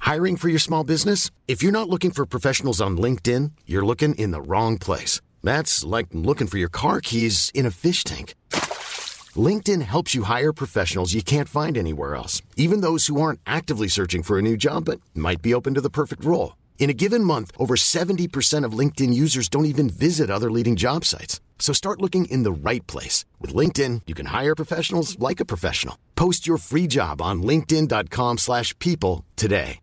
Hiring for your small business? If you're not looking for professionals on LinkedIn, you're looking in the wrong place. That's like looking for your car keys in a fish tank. LinkedIn helps you hire professionals you can't find anywhere else, even those who aren't actively searching for a new job but might be open to the perfect role. In a given month, over 70% of LinkedIn users don't even visit other leading job sites. So start looking in the right place. With LinkedIn, you can hire professionals like a professional. Post your free job on linkedin.com/people today.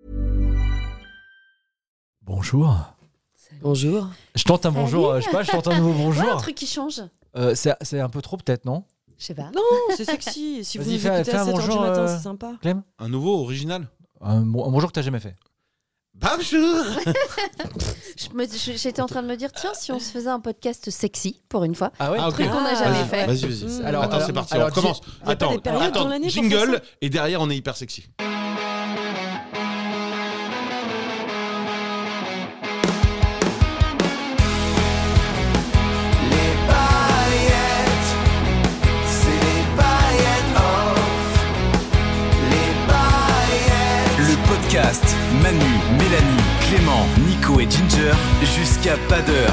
Bonjour. Bonjour. Je tente un bonjour, je sais pas, je tente un nouveau bonjour. Ouais, un truc qui change. C'est un peu trop peut-être, non? Je sais pas. Non, c'est sexy. Si vous Vas-y, nous fais écoutez à un 7h bonjour, du matin, c'est sympa. Clem? Un nouveau, original. Un bonjour que t'as jamais fait. Bonjour. J'étais en train de me dire, tiens, si on se faisait un podcast sexy pour une fois. Ah ouais? Ah, ok. Truc qu'on n'a jamais fait. Vas-y. Alors, Attends, c'est parti, alors, on recommence. y a pas des périodes dans l'année pour faire jingle, ça et derrière, on est hyper sexy. Manu, Mélanie, Clément, Nico et Ginger, jusqu'à pas d'heure.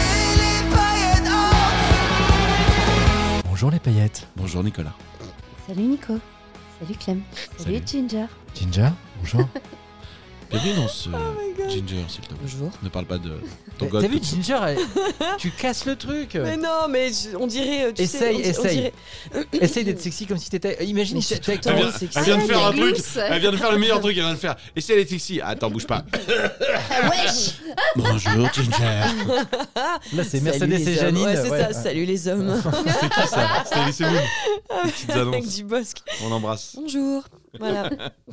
Bonjour les paillettes. Bonjour Nicolas. Salut Nico. Salut Clem. Salut Ginger. Ginger, bonjour. Bienvenue dans ce Ginger, s'il te plaît. Bonjour. Ne parle pas de ton god. T'as vu Ginger, tu casses le truc. Mais non, mais on dirait. Tu Essaye. sais, on dirait... Essaye d'être sexy comme si t'étais. Imagine, Mais t'es avec c'est ton. tout le temps Elle vient de faire un truc. glisse. Elle vient de faire le meilleur truc. Elle vient de faire. Et si elle est sexy? Attends, bouge pas. Wesh. Bonjour Ginger. Là, c'est Salut Mercedes les et hommes. Janine. Ouais, c'est ça. Salut les hommes. C'était qui ça? C'était Elise Moon. Les petites Avec annonces. du bosque. On l'embrasse. Bonjour. Voilà.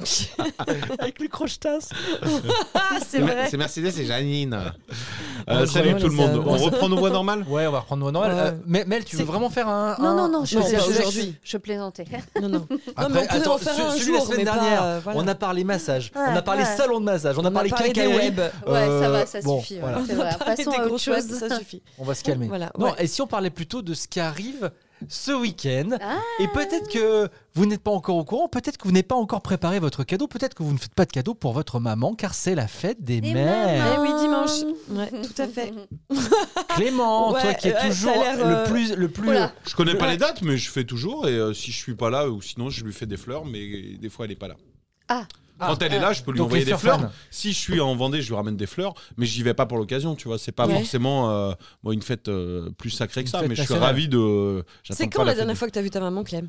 Avec le crochetas. Ah, c'est vrai. C'est Mercedes et Janine. Bonjour, Salut tout le les monde. hommes. On reprend nos voix normales? Ouais, on va reprendre normal. Ouais. Mel, tu veux C'est- vraiment faire un. Non, je Non, sais pas pas aujourd'hui. Je plaisantais. Non, non. Après, mais on pourrait attends, en faire un celui jour, la semaine mais pas, dernière, voilà. on a parlé massage, Ouais, on a parlé ouais. salon de massage, on a parlé des quincaillerie. web. Ouais, ça va, ça bon, suffit. voilà. C'est vrai. Passons à autre chose. Ça suffit. On va se calmer. Voilà, Non, ouais. et si on parlait plutôt de ce qui arrive ce week-end, Ah. et peut-être que vous n'êtes pas encore au courant, peut-être que vous n'avez pas encore préparé votre cadeau, peut-être que vous ne faites pas de cadeau pour votre maman, car c'est la fête des Des mères. Eh oui, dimanche. Ouais, tout à fait. Clément, Ouais, toi qui es ouais, toujours t'as l'air, le plus. Oula. Je connais pas Ouais. les dates, mais je fais toujours. Et si je suis pas là, ou sinon je lui fais des fleurs, mais des fois elle est pas là. Ah. Quand elle est là, je peux lui Donc, envoyer les des fleurs. fleurs fans. Si je suis en Vendée, je lui ramène des fleurs, mais j'y vais pas pour l'occasion, tu vois. C'est pas Ouais. forcément une fête plus sacrée que Une ça, fête mais je suis nationale. ravi de. C'est j'attends quand pas la fête dernière de- fois que t'as vu ta maman, Clem?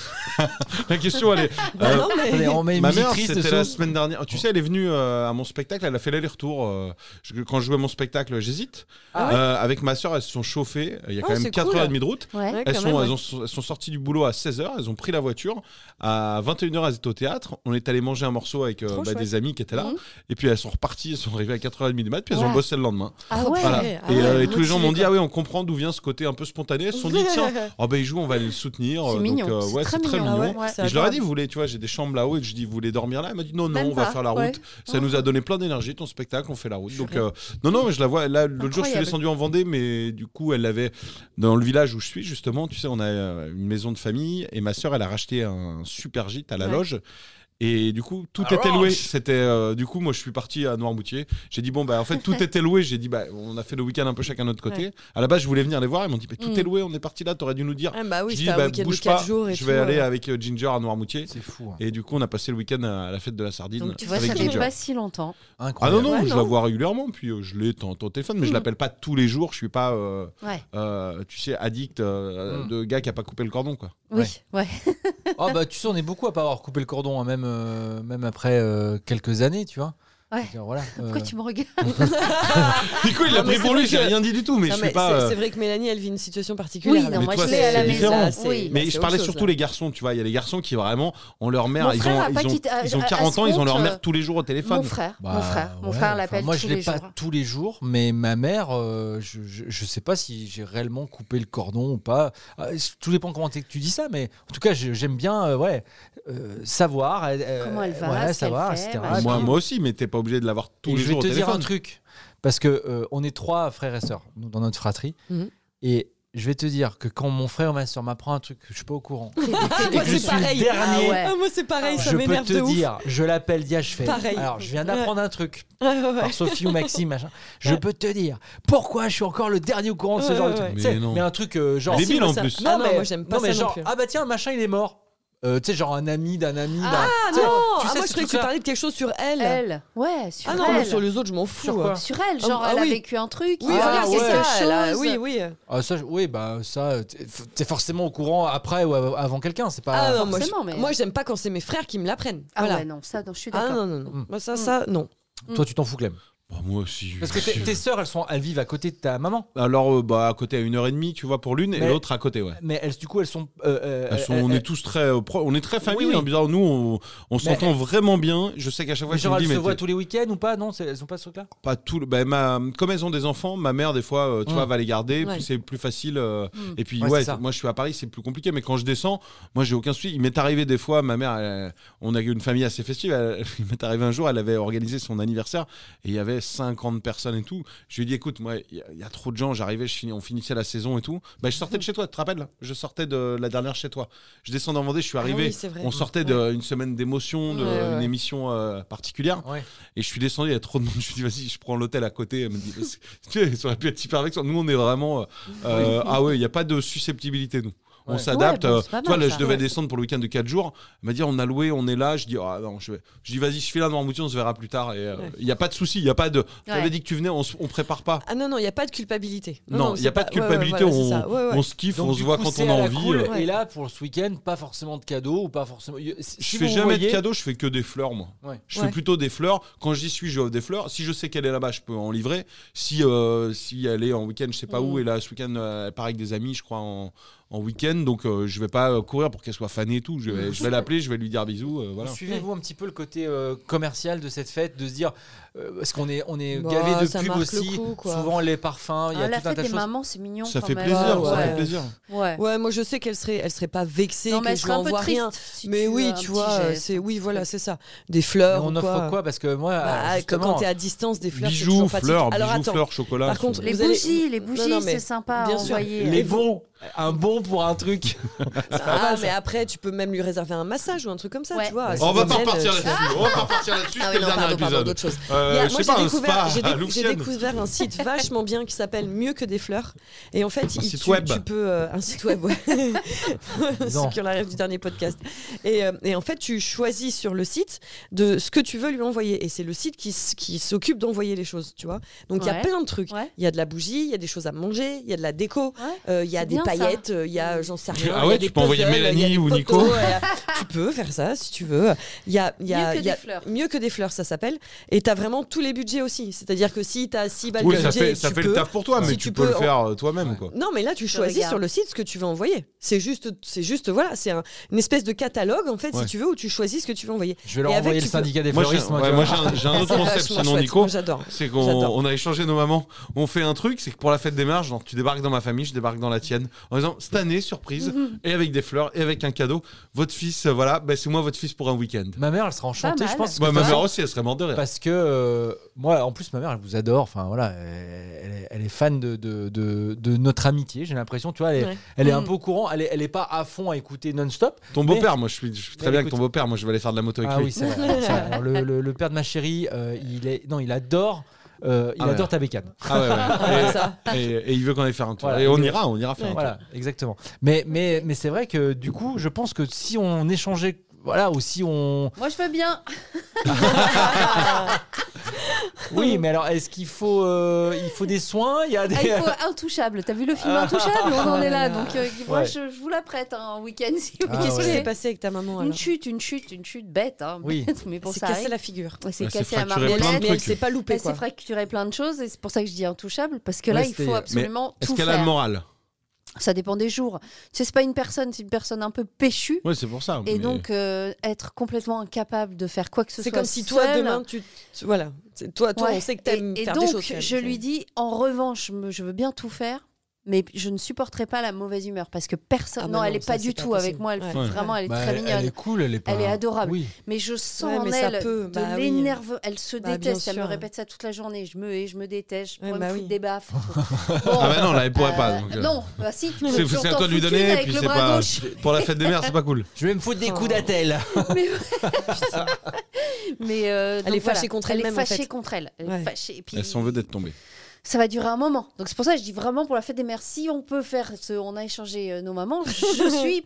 La question, elle est. Non, mais. Attendez, on met une Ma musique mère, triste c'était la sous- semaine dernière. Tu sais, elle est venue à mon spectacle, elle a fait l'aller-retour. Quand je jouais mon spectacle, j'hésite. Ah ouais Avec ma soeur, elles se sont chauffées. Il y a quand Oh, même c'est 4h30 cool. de route. Ouais. Ouais, Elles quand sont, même, elles, ouais. elles sont sorties du boulot à 16h, elles ont pris la voiture. À 21h, elles étaient au théâtre. On est allé manger un morceau avec Trop chouette. des amis qui étaient là. Mhm. Et puis elles sont reparties, elles sont arrivées à 4h30 du mat, puis elles ont Ouais. bossé le lendemain. Ah ouais. Voilà. Ah et, ouais, et tous les gens m'ont dit, motivé, ah ouais, on comprend d'où vient ce côté un peu spontané. Elles se sont dit, tiens, oh ben il joue, on va aller le soutenir. C'est mignon, c'est ouais, très c'est très mignon. mignon. Ah ouais, c'est Et je leur ai dit, adorable. vous voulez, tu vois, j'ai des chambres là-haut et je dis, vous voulez dormir là? Elle m'a dit, non, Même on va pas, faire la route. ouais. Ça nous a donné plein d'énergie, ton spectacle, on fait la route. Donc, non, mais je la vois. Là, l'autre jour, je suis Incroyable. descendu en Vendée, mais du coup, elle l'avait dans le village où je suis, justement. Tu sais, on a une maison de famille et ma sœur, elle a racheté un super gîte à la Ouais. loge. Et du coup, tout À était loué. Roche. C'était du coup, moi, je suis parti à Noirmoutier. J'ai dit bon, bah en fait, tout était loué. J'ai dit bah, on a fait le week-end un peu chacun de notre côté. Ouais. À la base, je voulais venir les voir. Ils m'ont dit bah, tout Mm. est loué. On est parti là. T'aurais dû nous dire. Ah bah oui, je dis c'était un bah, week-end de bouge 4 pas. jours et Je tout. vais aller avec Ginger à Noirmoutier. C'est fou. Hein. Et du coup, on a passé le week-end à la fête de la sardine. Donc tu vois, avec ça fait Ginger. pas si longtemps. Ah Incroyable. non, non, Ouais, je non. la vois régulièrement. Puis je l'ai au téléphone, mais je Mm. l'appelle pas tous les jours. Je suis pas, Ouais. tu sais, addict de gars qui a pas coupé le cordon, quoi. Oui, ouais. Oh bah tu sais, on est beaucoup à pas avoir coupé le cordon, hein, même après quelques années, tu vois. Ouais. Je veux dire, voilà, Pourquoi tu me regardes? Nico, il l'a Non, mais pris pour c'est lui. vrai J'ai que- rien dit du tout, mais Non, je mais suis pas. c'est vrai que Mélanie, elle vit une situation particulière. Oui, là. non, moi toi, je l'ai à la c'est maison. différent. Oui. Mais c'est je parlais autre chose, surtout là. les garçons, tu vois. Il y a les garçons qui vraiment ont leur mère. Mon Ils frère ont, a pas ils ont, quitté- ils ont à 40 ce ans, ils ont leur compte, mère tous les jours au téléphone. Mon frère, Bah, mon frère ouais, l'appelle moi, tous je l'ai les pas jours. tous les jours, mais ma mère, je sais pas si j'ai réellement coupé le cordon ou pas. Tout dépend comment tu dis ça, mais en tout cas, j'aime bien savoir. Comment elle va, voilà, ce qu'elle savoir, fait, etc. machin. Moi aussi, mais t'es pas obligé de l'avoir tous Et les je vais jours au te dire téléphone. un truc, parce que on est 3 frères et sœurs nous, dans notre fratrie, Mhm. et je vais te dire que quand mon frère ou ma soeur m'apprend un truc que je suis pas au courant, Moi, et que je c'est suis pareil. le dernier, Ah ouais. Ah, moi, c'est pareil, ça je peux m'énerve de te ouf. dire, je l'appelle Dia, je fais. Pareil. Alors, je viens d'apprendre un truc Ouais. par Sophie ou Maxime, machin. Je peux te dire pourquoi je suis encore le dernier au courant de ce Ouais, genre de ouais, truc. ouais. Tu sais, Mais non. mais un truc genre. Débile, moi, en ça- plus. Ah non, moi, j'aime pas non, mais ça genre, non plus. ah bah tiens, machin, il est mort. Tu sais, genre un ami d'un ami. Ah tu sais, non, tu sais, moi, ce je croyais que tu truc-là. parlais de quelque chose sur elle. Elle. Ouais, sur Ah non, elle. moi, sur les autres, je m'en fous. Sur quoi Sur elle, genre Ah elle a oui. vécu un truc. Oui, il voilà, a c'est quelque ça. elle a- chose. Oui, oui. Ah, ça, oui, bah ça, t'es forcément au courant après ou avant quelqu'un. C'est pas. Ah non, forcément, mais- moi, j'aime pas quand c'est mes frères qui me l'apprennent. Ah Voilà. ouais, non, ça, non, je suis Ah d'accord. non, non, non. Mm. Moi, ça, non. Toi, tu t'en fous, Clem. Bah, moi aussi. Parce que tes sœurs, elles vivent à côté de ta maman. Alors, bah, à côté à 1h30, tu vois, pour l'une, et Mais- l'autre à côté, ouais. Mais du coup, elles sont. On est tous très, on est très famille. Oui, oui. Hein, bizarre, nous, on s'entend vraiment bien. Je sais qu'à chaque fois, Mais je genre, me elles dis, se mais voient t'es- tous les week-ends ou pas? Non, elles ont pas ce truc-là. pas tout. Comme elles ont des enfants, ma mère des fois, tu vois, va les garder. Ouais. Puis c'est plus facile. Et puis Ouais, ouais, c'est ça. moi je suis à Paris, c'est plus compliqué. Mais quand je descends, moi j'ai aucun souci. Il m'est arrivé des fois, ma mère, on a eu une famille assez festive. Il m'est arrivé un jour, elle avait organisé son anniversaire et il y avait 50 personnes et tout. Je lui ai dit, écoute, moi, il y a trop de gens. J'arrivais, on finissait la saison et tout. Bah, je sortais de chez toi, tu te rappelles? Je sortais de la dernière chez toi. Je descends en Vendée, je suis arrivé. oui, c'est vrai. On sortait d'une semaine d'émotion, d'une émission particulière. Ouais. Et je suis descendu, il y a trop de monde. Je me suis dit, vas-y, je prends l'hôtel à côté. Elle me dit, tu sais, ça aurait pu être super vexant. Nous, on est vraiment. Ah ouais, il n'y a pas de susceptibilité, nous. On Ouais. s'adapte. Ouais, bon, c'est pas Tu vois, mal, là, ça. je devais Ouais. descendre pour le week-end de 4 jours. Elle m'a dit, on a loué, on est là. Je dis, ah non, je dis, vas-y, je fais là dans Noirmoutier, on se verra plus tard. Et il n'y a pas de souci, il n'y a pas de. Tu Ouais. avais dit que tu venais, on prépare pas. Ah non, non, il n'y a pas de culpabilité. Non, il n'y c'est a pas de ouais, ouais, culpabilité. voilà, c'est ça. Ouais, ouais. On se kiffe, Donc, on se du voit coup, quand c'est on a à la envie. cool. Ouais. Et là, pour ce week-end, pas forcément de cadeaux ou pas forcément. Je fais jamais de cadeaux, je fais que des fleurs, moi. Ouais. Je fais Ouais. plutôt des fleurs. Quand j'y suis, je offre des fleurs. Si je sais qu'elle est là-bas, je peux en livrer. Si elle est en week-end, je sais pas où, et là, ce week-end, elle part avec des amis, je crois, en week-end. Donc, je vais pas courir pour qu'elle soit fanée et tout. Je vais l'appeler, je vais lui dire bisous. Voilà. Suivez-vous un petit peu le côté commercial de cette fête, de se dire parce qu'on est Bah, gavé de ça pubs marque aussi. le coup, quoi. Souvent les parfums, il y a Ah, la tout un fête tas de des choses. mamans, c'est mignon. Ça quand fait même. plaisir, Ouais, ça ouais. fait plaisir. Ouais. Ouais, moi je sais qu'elle serait pas vexée, Non, mais que elle je serait lui un peu envoie triste. rien. si Mais tu oui, veux un tu petit vois, geste, c'est un oui, petit voilà, truc. c'est ça. Des Mais fleurs. on ou offre quoi? Parce que moi, Bah, justement, quand t'es à distance, des fleurs, c'est Bijoux, toujours pratique. fleurs, Alors bijoux, attends, fleurs, chocolat. par contre, Les vous allez- bougies, Non, non, mais c'est sympa à bien sûr. envoyer. les bons, un bon pour un truc. Ah, mais après, tu peux même lui réserver un massage ou un truc comme ça, Ouais. tu vois. On va pas Certaines, repartir tu- là-dessus. On va pas repartir là-dessus. Ah C'était oui, le non, dernier pardon, épisode. d'autres choses. Je Moi, sais pas, un j'ai spa à j'ai Louvciennes. découvert un site vachement bien qui s'appelle Mieux que des fleurs. Et en fait, site web. tu peux un site web, ouais. Ceux Non. qui ont la rêve du dernier podcast. Et en fait, tu choisis sur le site de ce que tu veux lui envoyer. Et c'est le site qui s'occupe d'envoyer les choses, tu vois. Donc il y a Ouais. plein de trucs. Ouais. Il y a de la bougie, il y a des choses à manger, il y a de la déco, Ouais. il y a C'est des bien, ça. paillettes, il y a j'en sais rien. Ah il y a ouais, des tu peux envoyer puzzles, Mélanie il y a des ou photos, Nico. tu peux faire ça si tu veux. Il y a Mieux que il y a- des fleurs. Mieux que des fleurs, ça s'appelle. Et t'as vraiment tous les budgets aussi. C'est-à-dire que si t'as 6 balles Oui, de ça budget, fait tu le peux. taf pour toi, mais Si tu tu peux le peux faire toi-même, quoi. Non, mais là, tu choisis regarde. sur le site ce que tu veux envoyer. C'est juste voilà, c'est une espèce de catalogue, en fait, Ouais. si tu veux, où tu choisis ce que tu veux envoyer. Je vais leur Et avec, envoyer tu le peux- syndicat des Moi, fleuristes. j'ai un autre C'est concept, vachement sinon, chouette. Nico. Moi, j'adore. C'est J'adore. qu'on a échangé nos mamans. On fait un truc, c'est que pour la fête des mères, genre tu débarques dans ma famille, je débarque dans la tienne, en disant cette année surprise et avec des fleurs et avec un cadeau. Votre fils, voilà, bah, c'est moi votre fils pour un week-end. Ma mère, elle sera enchantée, Pas je mal. pense. Ouais, que ma ça- mère aussi, elle serait morte de rire. Parce que moi, en plus, ma mère, elle vous adore. Enfin voilà, elle est fan de notre amitié. J'ai l'impression, tu vois, elle est un peu au courant. Elle est pas à fond à écouter non-stop. Ton mais- beau-père, moi je suis très Mais bien avec écoute- ton beau-père. Moi je vais aller faire de la moto avec Ah lui. oui, c'est vrai. C'est vrai. Alors, le père de ma chérie, il adore. Il Ah ouais. adore ta bécane. Ah ouais, ouais. Ça. Et il veut qu'on aille faire un tour. Voilà. Et on ira faire un tour. Voilà, exactement. Mais c'est vrai que du coup, je pense que si on échangeait, voilà, ou si on. Moi, je veux bien. Oui, mais alors, est-ce qu'il faut, il faut des soins? Il y a des. Ah, il faut Intouchable. T'as vu le film Intouchable? On en est là. Donc, moi, Ouais. je vous la prête un week-end si vous Ah Qu'est-ce qui ouais. s'est passé avec ta maman alors Une chute bête. Hein, Oui. bête, mais bon, C'est ça cassé arrive. la figure. Ouais, c'est Ouais, c'est cassé la fracturé Mais plein de elle, mais elle trucs. s'est pas loupée, Elle quoi. s'est fracturé plein de choses et c'est pour ça que je dis intouchable parce que là, Ouais, il c'était- faut mais absolument Est-ce tout qu'elle a le faire. moral? Ça dépend des jours. Tu sais, c'est pas une personne, c'est une personne un peu péchue. Ouais, c'est pour ça. Et mais- donc, être complètement incapable de faire quoi que ce soit. C'est comme si toi, seule. demain, voilà. Toi, Ouais. on sait que t'aimes Et faire donc, des choses. quand même. je lui dis, en revanche, je veux bien tout faire, mais je ne supporterais pas la mauvaise humeur parce que personne. Ah bah non, elle non, est ça, pas c'est du pas tout possible. avec moi. Elle Ouais. fait vraiment, elle est Bah, très elle mignonne. est cool, elle est pas. Elle est adorable. Oui. Mais je sens Ouais, en mais ça elle peut, de bah oui. l'énerve. Elle se Bah, bien déteste. Elle me sûr. répète ça toute la journée. Je me hais, je me déteste. Je Ouais, pourrais bah me oui. foutre des baffes. Ah bah non, là, elle pourrait pas. donc, Non, bah si, tu peux C'est toujours à t'en toi de lui foutre donner, une et avec puis le c'est bras pas. gauche. Pour la fête des mères, c'est pas cool. Je vais me foutre des coups d'attelle. Mais Elle donc est voilà. fâchée contre elle elle-même, est en fâchée fait. contre elle. Elle est Ouais. fâchée. Et puis, Elle s'en veut d'être tombée. ça va durer un moment. Donc c'est pour ça que je dis vraiment pour la fête des mères, si on peut faire ce, on a échangé nos mamans, je suis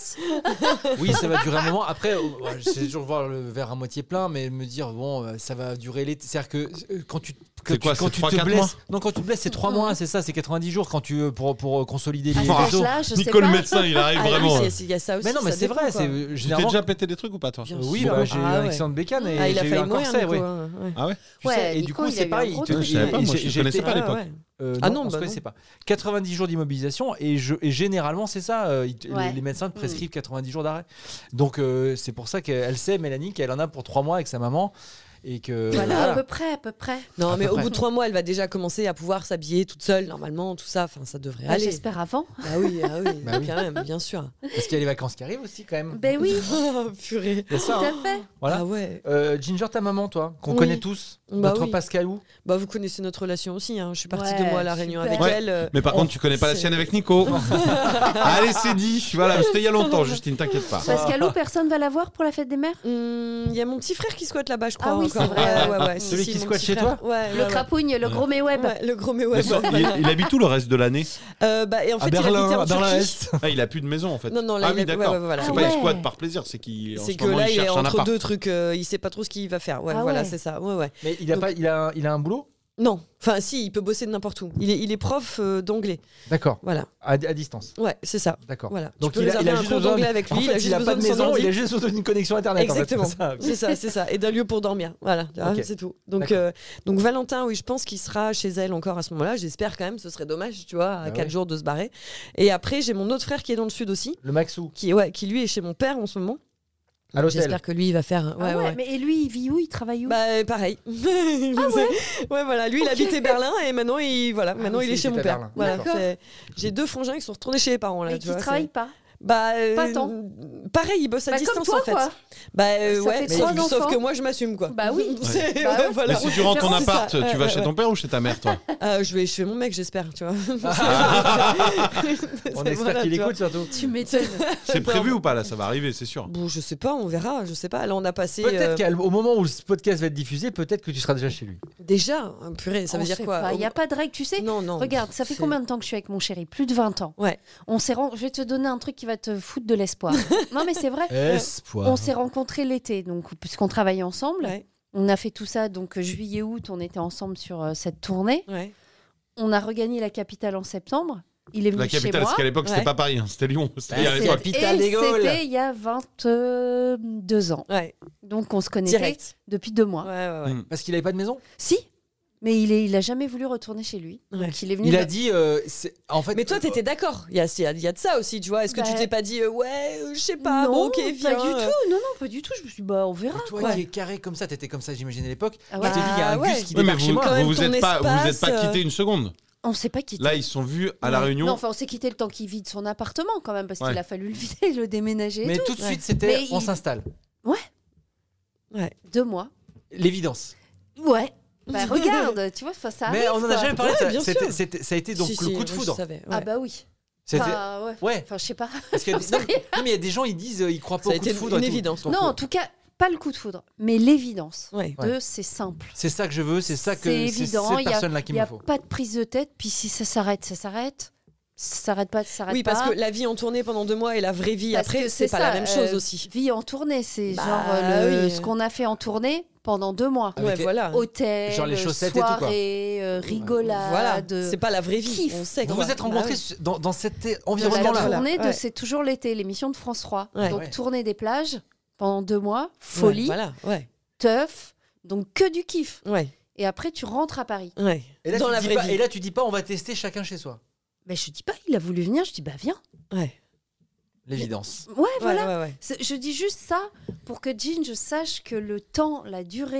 prums. Oui, ça va durer un moment. Après, j'essaie toujours de voir le verre à moitié plein, mais me dire, bon, ça va durer l'été. C'est-à-dire que quand tu. C'est quoi, quand c'est tu 3, te 4 blesses. mois Non, quand tu te blesses, c'est 3 mois, c'est ça, c'est 90 jours quand tu, pour consolider À les cet os. âge-là, je sais Nico le pas. médecin, il arrive Ah oui, vraiment. il y a ça aussi. Mais non, mais ça c'est dépend, vrai. quoi. C'est Tu t'es généralement. déjà pété des trucs ou pas, toi Bien Oui, sûr. bah, j'ai eu Ah un ouais. accident de bécane et Ah, il a j'ai eu failli un mourir, corset, Nico, ouais. hein, ouais. Ah ouais Tu Ouais, sais, et Nico, du coup, il a c'est eu un pareil. gros Je savais pas, moi, je connaissais pas à Ah, l'époque. ouais. Ah non, on bah se non. connaissait pas. 90 jours d'immobilisation et généralement c'est ça. Ouais. Les médecins te prescrivent 90 jours d'arrêt. Donc c'est pour ça qu'elle sait, Mélanie, qu'elle en a pour 3 mois avec sa maman et que Voilà, à peu près. Non, À mais peu au près. bout de 3 mois, elle va déjà commencer à pouvoir s'habiller toute seule, normalement, tout ça. Enfin, ça devrait Bah, aller. j'espère avant. Ah oui, Bah oui. quand même, bien sûr. parce qu'il y a les vacances qui arrivent aussi quand même. Ben oui, Oh, purée. C'est ça. tout hein. à fait. Voilà. Ah ouais. Ginger, ta maman, toi, qu'on Oui. connaît tous, Bah notre oui. Pascalou. Bah, vous connaissez notre relation aussi. Hein. Je suis partie Ouais, 2 mois à La Réunion avec super. elle. Mais par contre, tu connais pas la c'est- sienne avec Nico. Allez, c'est dit. Voilà, c'était il y a longtemps, Justine, t'inquiète pas. Pascalou, personne va la voir pour la fête des mères. Il y a mon petit frère qui squatte là-bas, je crois. Ah oui, encore. c'est vrai. Ouais, Celui qui mon squatte petit chez frère. toi Ouais, Le ouais, crapougne, le gros Meweb. ouais, le gros mais ouais. Mais ça, il habite où le reste de l'année Bah, et en fait, À il habitait Berlin, en à Berlin Turquie. Est. Ah, il a plus de maison en fait. Non, non, là, ah il oui, a- d'accord. ouais, voilà. C'est Ah pas ouais. il squatte par plaisir, c'est qu'il en C'est ce que moment, là, il est cherche un entre appart. deux trucs. Il sait pas trop ce qu'il va faire. Ouais, Ah voilà, ouais. c'est ça. Ouais, ouais. Mais il a Donc- pas, il a un boulot. Non, enfin, si, il peut bosser de n'importe où. Il est prof d'anglais. D'accord. Voilà. À distance. Ouais, c'est ça. D'accord. Voilà. Donc Tu peux il a réserver un juste cours besoin d'anglais avec lui. En fait, il a pas de besoin son maison, ordi. il a juste besoin d'une connexion internet. en fait. Exactement. C'est ça. C'est ça. Et d'un lieu pour dormir. Voilà, Ok. c'est tout. Donc, D'accord. donc Valentin, oui, je pense qu'il sera chez elle encore à ce moment-là. J'espère quand même, ce serait dommage, tu vois, à Bah 4 ouais. jours de se barrer. Et après, j'ai mon autre frère qui est dans le sud aussi, Le Maxou. qui lui est chez mon père en ce moment. À l'hôtel. J'espère que lui, il va faire. Ah ouais, mais et lui, il vit où? Il travaille où? Bah pareil. Ouais, voilà, lui il habitait Berlin et maintenant il maintenant oui, il est c'est, chez il mon était à père. Berlin. Voilà, D'accord. j'ai 2 frangins qui sont retournés chez les parents là, Et tu qui vois, travaille c'est- pas? Bah Pas tant. Pareil, ils bossent à Bah, distance comme toi, en fait. quoi. Bah Ça ouais, fait sauf, 3 sauf enfants. que moi je m'assume quoi. Bah oui. C'est- Bah ouais. voilà. Mais si tu rentres en C'est ça. appart, tu vas Ouais, chez ouais. ton père ou chez ta mère, toi Je vais chez mon mec, j'espère, tu vois. On espère qu'il écoute surtout. Tu m'étonnes. C'est prévu ou pas là? Ça va arriver, c'est sûr. Bon, je sais pas, on verra, je sais pas. Là, on a passé Peut-être qu'au moment où ce podcast va être diffusé, peut-être que tu seras déjà chez lui. déjà, purée, ça veut On dire sait quoi pas, il n'y a pas de règle, tu sais. Non, non. Regarde, ça fait c'est- combien de temps que je suis avec mon chéri? Plus de 20 ans. Ouais. Je vais te donner un truc qui va te foutre de l'espoir. Non, mais c'est vrai. Espoir. On s'est rencontrés l'été, donc puisqu'on travaillait ensemble. Ouais. On a fait tout ça, donc juillet-août, on était ensemble sur cette tournée. Ouais. On a regagné la capitale en septembre. Il est venu La chez capitale, moi. parce qu'à l'époque, c'était Ouais. pas Paris, hein, c'était Lyon. C'était Bah, à c'est l'époque. capitale des Et Gaules. c'était il y a 22 ans. Ouais. Donc on se connaissait Direct. depuis 2 mois. Ouais, ouais, ouais. Mm. Parce qu'il avait pas de maison. Si, mais il a jamais voulu retourner chez lui. Ouais. Donc il est venu. Il a dit. En fait. Mais toi, t'étais d'accord. Il y a de ça aussi, tu vois. Est-ce que Bah, tu t'es pas dit, je sais pas, non, bon, ok, viens. pas du tout. Non, pas du tout. Je me suis dit, bah, on verra. Toi Ouais. qui es carré comme ça, t'étais comme ça, j'imagine à l'époque. Ah ouais. Je t'ai dit, il y a un ouais. Gus qui Oui, mais débarque chez vous moi. Quand même vous ton êtes pas espace, quitté une seconde. On s'est pas quitté. Là, ils sont vus à La Réunion. Non, enfin, on s'est quitté le temps qu'il vide son appartement quand même, parce Ouais. qu'il a fallu le vider, le déménager. et Mais tout. tout de Ouais. suite, c'était Mais on il- s'installe. Ouais. 2 mois. L'évidence. Ouais. Bah regarde, tu vois, enfin, ça Mais arrive, on en a quoi. jamais parlé. Ouais, ça. bien C'était- sûr. ça a été donc Si, le si, coup de moi, je foudre. savais, ouais. Ah bah oui. C'était. Enfin, ouais. Ouais. Enfin, je sais pas. Parce que non, mais il y a des gens, ils disent, ils croient pas Ça a au coup de été foudre. une et tout. évidence. Donc, Non, en tout cas, pas le coup de foudre, mais l'évidence Ouais. Ouais. de c'est simple. c'est ça que je veux, c'est ça que C'est c'est évident, cette il y a- personne-là qu'il Il n'y me a faut. pas de prise de tête, puis si ça s'arrête, ça s'arrête. Si ça s'arrête pas, ça s'arrête Oui, pas. parce que la vie en tournée pendant 2 mois et la vraie vie Parce après, que c'est pas ça, la même chose aussi. Vie en tournée, c'est Bah, genre oui. ce qu'on a fait en tournée pendant 2 mois. Avec Ouais, les- voilà. Hôtel, Genre les chaussettes et tout, quoi. soirée, rigolade. Voilà, c'est pas la vraie vie. kiff. On sait Vous quoi. vous êtes Bah rencontrés ouais. dans cet de la environnement-là. Voilà. tournée de Ouais. C'est toujours l'été, l'émission de France 3. Ouais. Donc Ouais. tournée des plages pendant 2 mois, Ouais, folie, voilà, ouais. teuf, donc que du kiff. Ouais, Et après tu rentres à Paris. ouais. Et là, Dans tu la dis vraie pas- vie. et là, tu dis pas, on va tester chacun chez soi. Mais je dis pas, il a voulu venir, je dis bah viens. Ouais. L'évidence. Ouais, voilà. Ouais, ouais, ouais. Je dis juste ça pour que Jean, je sache que le temps, la durée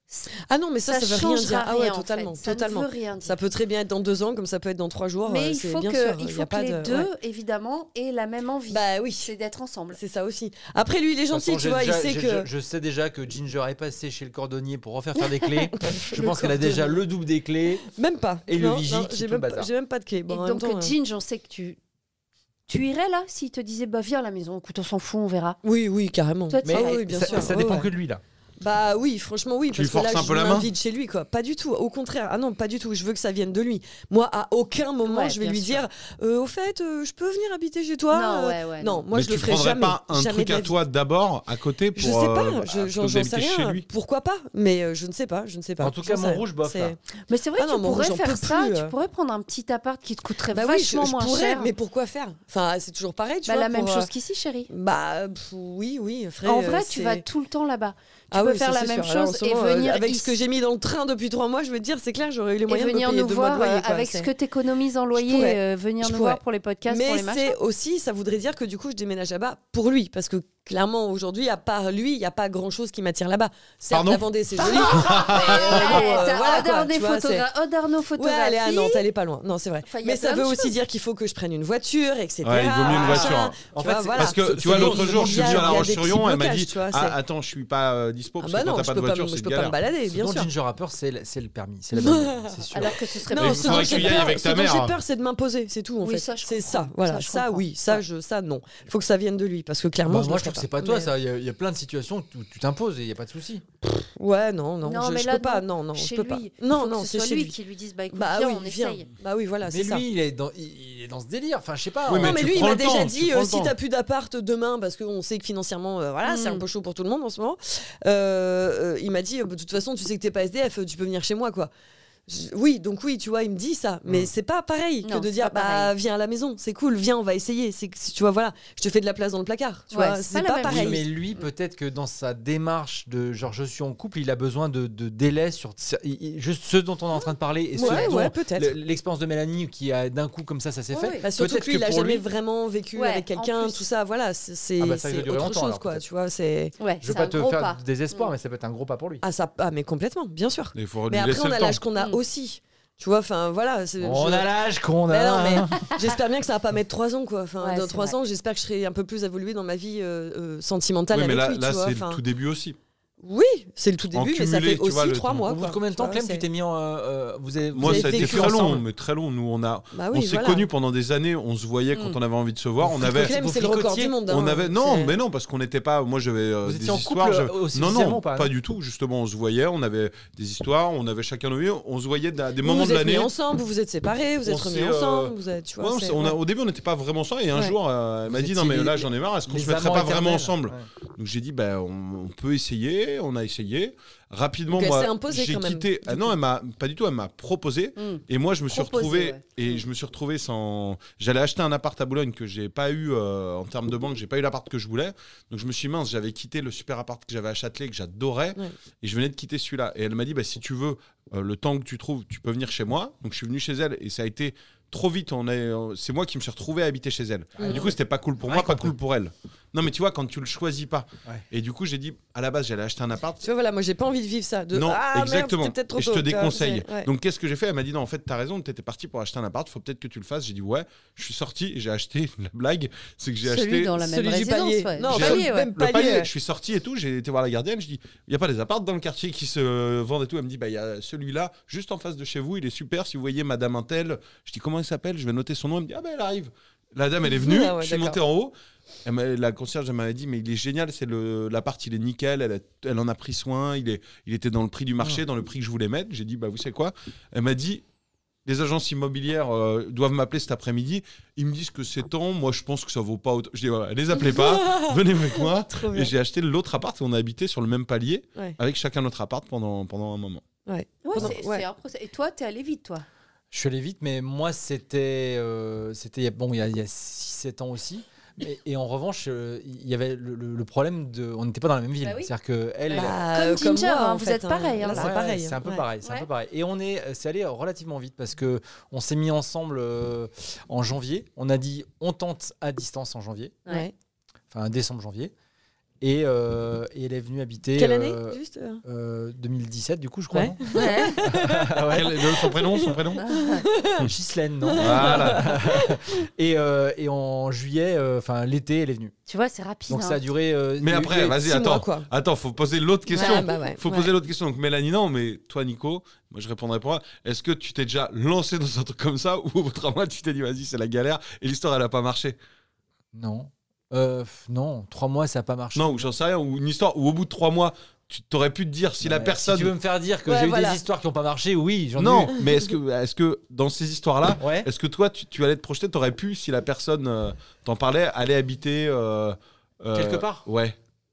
Ah non, mais ça veut rien changera dire. Ah ouais, rien, en fait. totalement, Ça totalement. ne veut rien dire. Ça peut très bien être dans 2 ans, comme ça peut être dans 3 jours. Mais il c'est faut bien que, sûr, il y faut a que pas les de- deux, ouais. évidemment, aient la même envie. Bah oui. C'est d'être ensemble. C'est ça aussi. Après, lui, il est De toute gentil, façon, tu vois. Il sait que. je sais déjà que Ginger est passée chez le cordonnier pour refaire faire des clés. Je pense qu'elle a déjà le double des clés. Même pas. Et le Non, Vigic, non, tout j'ai le même, bazar. j'ai même pas de clé. Bon, Et en même donc, temps, Ginge, on sait que tu irais là s'il te disait bah viens à la maison, écoute, on s'en fout, on verra. Oui, oui, carrément. Toi, tu Mais Ah irais. oui, bien ça, sûr. ça Ouais, dépend ouais. que de lui là. Bah oui, franchement oui, Tu parce que lui là forces un je peu la main m'invite chez lui quoi. Pas du tout, au contraire. Ah non, pas du tout. Je veux que ça vienne de lui. Moi, à aucun moment Ouais, je vais bien lui sûr. dire, au fait, je peux venir habiter chez toi. Non, ouais, non, moi Mais je le tu ferai prendrais jamais. pas un jamais truc de la à vie. toi d'abord à côté pour Je sais pas, plutôt j'en que sais d'habiter rien. chez lui. Pourquoi pas Mais je ne sais pas, je ne sais pas. En tout J'en cas, sais mon rien. rouge, bof, C'est- là. Mais c'est vrai Ah que non, tu moi, pourrais j'en faire peux ça, plus, tu pourrais prendre un petit appart qui te coûterait Bah oui, vachement je moins pourrais, cher. mais pourquoi faire Enfin, c'est toujours pareil, tu Bah, vois. la même pour, chose qu'ici, chérie. Bah oui, Après, En vrai, tu c'est- vas tout le temps là-bas. Tu Ah peux oui, faire ça, la c'est même sûr. Là, en chose ce et moment, venir avec ici. ce que j'ai mis dans le train depuis 3 mois, je veux te dire, c'est clair, j'aurais eu les Et moyens de me venir payer nous 2 mois de voir loyer. quoi. avec C'est- ce que t'économises en Je loyer, pourrais. venir Je nous pourrais. voir pour les podcasts, pour Mais les machins. c'est aussi, ça voudrait dire que du coup, je déménage là-bas pour lui. Parce que clairement, aujourd'hui, à part lui, il n'y a pas grand-chose qui m'attire là-bas. Certes, Pardon la Vendée, c'est joli. T'as voilà, Odarno tu vois, c'est- Odarno Ouais, photographie. elle est à Nantes, elle est pas loin. Non, c'est vrai. Enfin, il y a Mais ça plein veut de aussi choses. dire qu'il faut que je prenne une voiture, etc. Ouais, il vaut mieux une voiture, hein. En Tu vois, fait, voilà. Parce que Ce- tu vois, ce l'autre dont- jour, je suis il y a- venu à La il y a des Roche-sur-Yon, petits elle m'a blocages, dit tu vois, ah, c'est- attends, je suis pas dispo Ah parce bah que quand non, t'as je pas de peux pas, voiture, je c'est peux pas me galère. balader, Ce bien dont sûr. Ginger a peur, c'est le permis, c'est la bagnole, c'est sûr. Alors que ce serait Non, Mais ce faudrait dont que tu j'ai y ailles peur, avec ce ta dont mère. j'ai peur, c'est de m'imposer, c'est tout en Oui, fait. ça, je C'est ça, comprends. voilà, Ça, je ça comprends. oui, ça ça non. Il faut que ça vienne de lui parce que clairement Bah, je moi, le je trouve ferai que c'est pas toi, Mais- ça. Il y a plein de situations où tu t'imposes et il n'y a pas de souci. Ouais, non, Non, je mais je là, peux pas, non. non, Chez je peux pas. lui. Non, Faut non, que ce c'est soit chez lui lui. qui lui dise bah écoute, Bah viens, oui, on viens. essaye. Bah oui, voilà, Mais c'est ça. lui, il est dans ce délire. Enfin, je sais pas. Oui, Non, mais tu lui, il prends m'a le temps, déjà tu dit prends le si temps. t'as plus d'appart demain, parce qu'on sait que financièrement, voilà, c'est un peu chaud pour tout le monde en ce moment. Il m'a dit, de toute façon, tu sais que t'es pas SDF, tu peux venir chez moi, quoi. Oui, donc oui, tu vois, il me dit ça, mais c'est pas pareil que Non, de c'est dire pas bah pareil. viens à la maison, c'est cool, viens, on va essayer. Tu vois, voilà, je te fais de la place dans le placard, tu Ouais, vois, c'est c'est pas la pas même pareil. Oui, mais lui, peut-être que dans sa démarche de genre je suis en couple, il a besoin de délai sur juste ce dont on est en train de parler et ce Ouais, dont ouais, peut-être. l'expérience de Mélanie qui a d'un coup comme ça s'est Ouais, fait. ouais. Bah, surtout Peut-être que lui, il a pour jamais lui- vraiment vécu Ouais, avec quelqu'un, en plus. tout ça, voilà, c'est Ah bah, ça, il va c'est durer autre longtemps, chose, alors, quoi, peut-être. tu vois, c'est Ouais, Je veux c'est pas un te gros faire pas. du désespoir, mais ça peut être un gros pas pour lui. ça, mais complètement, bien sûr. Il faut Mais lui après, laisser on le a temps. l'âge qu'on a aussi. Tu vois, enfin voilà. On a l'âge qu'on Mais a. non, mais j'espère bien que ça va pas mettre 3 ans, quoi. Enfin, Ouais, dans c'est 3 vrai. ans, j'espère que je serai un peu plus évoluée dans ma vie sentimentale Oui, mais avec là, lui, là tu vois. c'est Enfin, le tout début aussi. oui, c'est le tout En début, mais ça cumulé, fait tu vois, aussi le 3 temps. mois. Au bout de quoi. combien de Tu temps, vois, Clem, tu c'est- t'es mis en. Vous avez Moi, avez ça a été vécu très long, ensemble. mais très long. Nous, on Bah oui, on s'est voilà. connus pendant des années. On se voyait quand on avait envie de se voir. On avait, Clem, vous c'est le record fricotiez, du monde. on hein. avait, non, C'est- mais non, parce qu'on n'était pas. Moi, j'avais Vous des étiez en histoires. couple aussi Non, officiellement non, ou pas, pas non du tout. Justement, on se voyait. On avait des histoires. On avait chacun nos vies. On se voyait à des Vous moments vous de êtes mis l'année. ensemble, vous vous êtes séparés, vous On êtes remis s'est, ensemble, vous êtes, tu vois. Ouais, c'est- au début, on n'était pas vraiment ça. Et un Ouais. jour, elle m'a Vous dit non, mais étiez là, j'en ai marre. Est-ce qu'on les se mettrait amants pas vraiment éternels. ensemble? Ouais. Donc j'ai dit ben on peut essayer. On a essayé. Rapidement, Donc, elle moi, s'est imposée j'ai quand même, quitté. du Non, coup. elle m'a pas du tout. Elle m'a proposé. Mm. Et moi, je me suis Proposé, retrouvé ouais. et je me suis retrouvé sans. J'allais acheter un appart à Boulogne que j'ai pas eu en termes de banque. J'ai pas eu l'appart que je voulais. Donc je me suis dit, mince. J'avais quitté le super appart que j'avais à Châtelet que j'adorais Ouais. et je venais de quitter celui-là. Et elle m'a dit, bah si tu veux le temps que tu trouves, tu peux venir chez moi. Donc je suis venu chez elle et ça a été trop vite. C'est moi qui me suis retrouvé à habiter chez elle. Et du coup, c'était pas cool pour moi, pas cool pour elle. Non, mais tu vois, quand tu le choisis pas. Ouais. Et du coup, j'ai dit, à la base, j'allais acheter un appart. Tu vois, voilà, moi j'ai pas envie de vivre ça. De... Non, ah, exactement. Merde, c'était peut-être trop et je tôt, te tu vois, déconseille. c'est- ouais. Donc, qu'est-ce que j'ai fait? Elle m'a dit non, en fait, t'as raison, t'étais parti pour acheter un appart, faut peut-être que tu le fasses. J'ai dit ouais. Je suis sorti et j'ai acheté. La blague, c'est que j'ai Celui acheté. dans la même Celui du résidence, palier. ouais. Non, J'ai- palier, ouais. Même Le palier, palier, ouais. je suis sorti et tout, j'ai été voir la gardienne, je dis, il n'y a pas des apparts dans le quartier qui se vendent et tout. Elle me dit, bah il y a celui-là, juste en face de chez vous, il est super, si vous voyez Madame Intel. Je dis, comment elle s'appelle? Je vais noter son nom. Elle me dit, ah ben elle arrive. La dame, elle est venue, Ah ouais, je suis d'accord. monté en haut. La concierge elle m'avait dit, mais il est génial, c'est l'appart, il est nickel, elle en a pris soin, il était dans le prix du marché, dans le prix que je voulais mettre. J'ai dit, bah vous savez quoi? Elle m'a dit, les agences immobilières doivent m'appeler cet après-midi. Ils me disent que c'est temps. Moi, je pense que ça vaut pas autant. Je dis, voilà, les appelez pas. Venez avec moi. Trop bien. Et j'ai acheté l'autre appart. Et on a habité sur le même palier Ouais. avec chacun notre appart pendant un moment. Ouais. Ouais, Pendant- c'est un procès. Et toi, t'es allé vite, toi. Je suis allé vite, mais moi, c'était il y a 6-7 ans aussi. Et en revanche, il y avait le problème de. On n'était pas dans la même ville. Bah oui. C'est-à-dire qu'elle. Bah, Comme Ginger, moi, hein, en vous fait, êtes pareil, hein, Là, là. c'est pareil. C'est un peu ouais. pareil. C'est un Ouais. peu pareil. Et c'est allé relativement vite parce que on s'est mis ensemble en janvier. On a dit on tente à distance en janvier, Ouais. enfin décembre-janvier. Et elle est venue habiter. Quelle année juste 2017, du coup, je crois. Ouais. Non Ouais. Son prénom Ghislaine, non Voilà. et en juillet, enfin l'été, elle est venue. Tu vois, c'est rapide. Donc hein. ça a duré. Mais après, vas-y, 6 attends. mois, quoi. Attends, faut poser l'autre question. Ouais, bah ouais. Faut poser l'autre question. Donc Mélanie, non, mais toi, Nico, moi je répondrai pour moi. Est-ce que tu t'es déjà lancé dans un truc comme ça ou au bout de 3 mois, tu t'es dit, vas-y, c'est la galère et l'histoire, elle a pas marché? Non. Non, 3 mois, ça n'a pas marché. Non, ou j'en sais rien. Ou une histoire où au bout de 3 mois, tu t'aurais pu te dire si la Ouais, personne. Si tu veux me faire dire que Ouais, j'ai eu voilà. des histoires qui n'ont pas marché, oui, j'en ai Non, eu. mais est-ce que dans ces histoires-là, Ouais. est-ce que toi, tu allais te projeter, t'aurais pu, si la personne t'en parlait, aller habiter. Quelque part Ouais.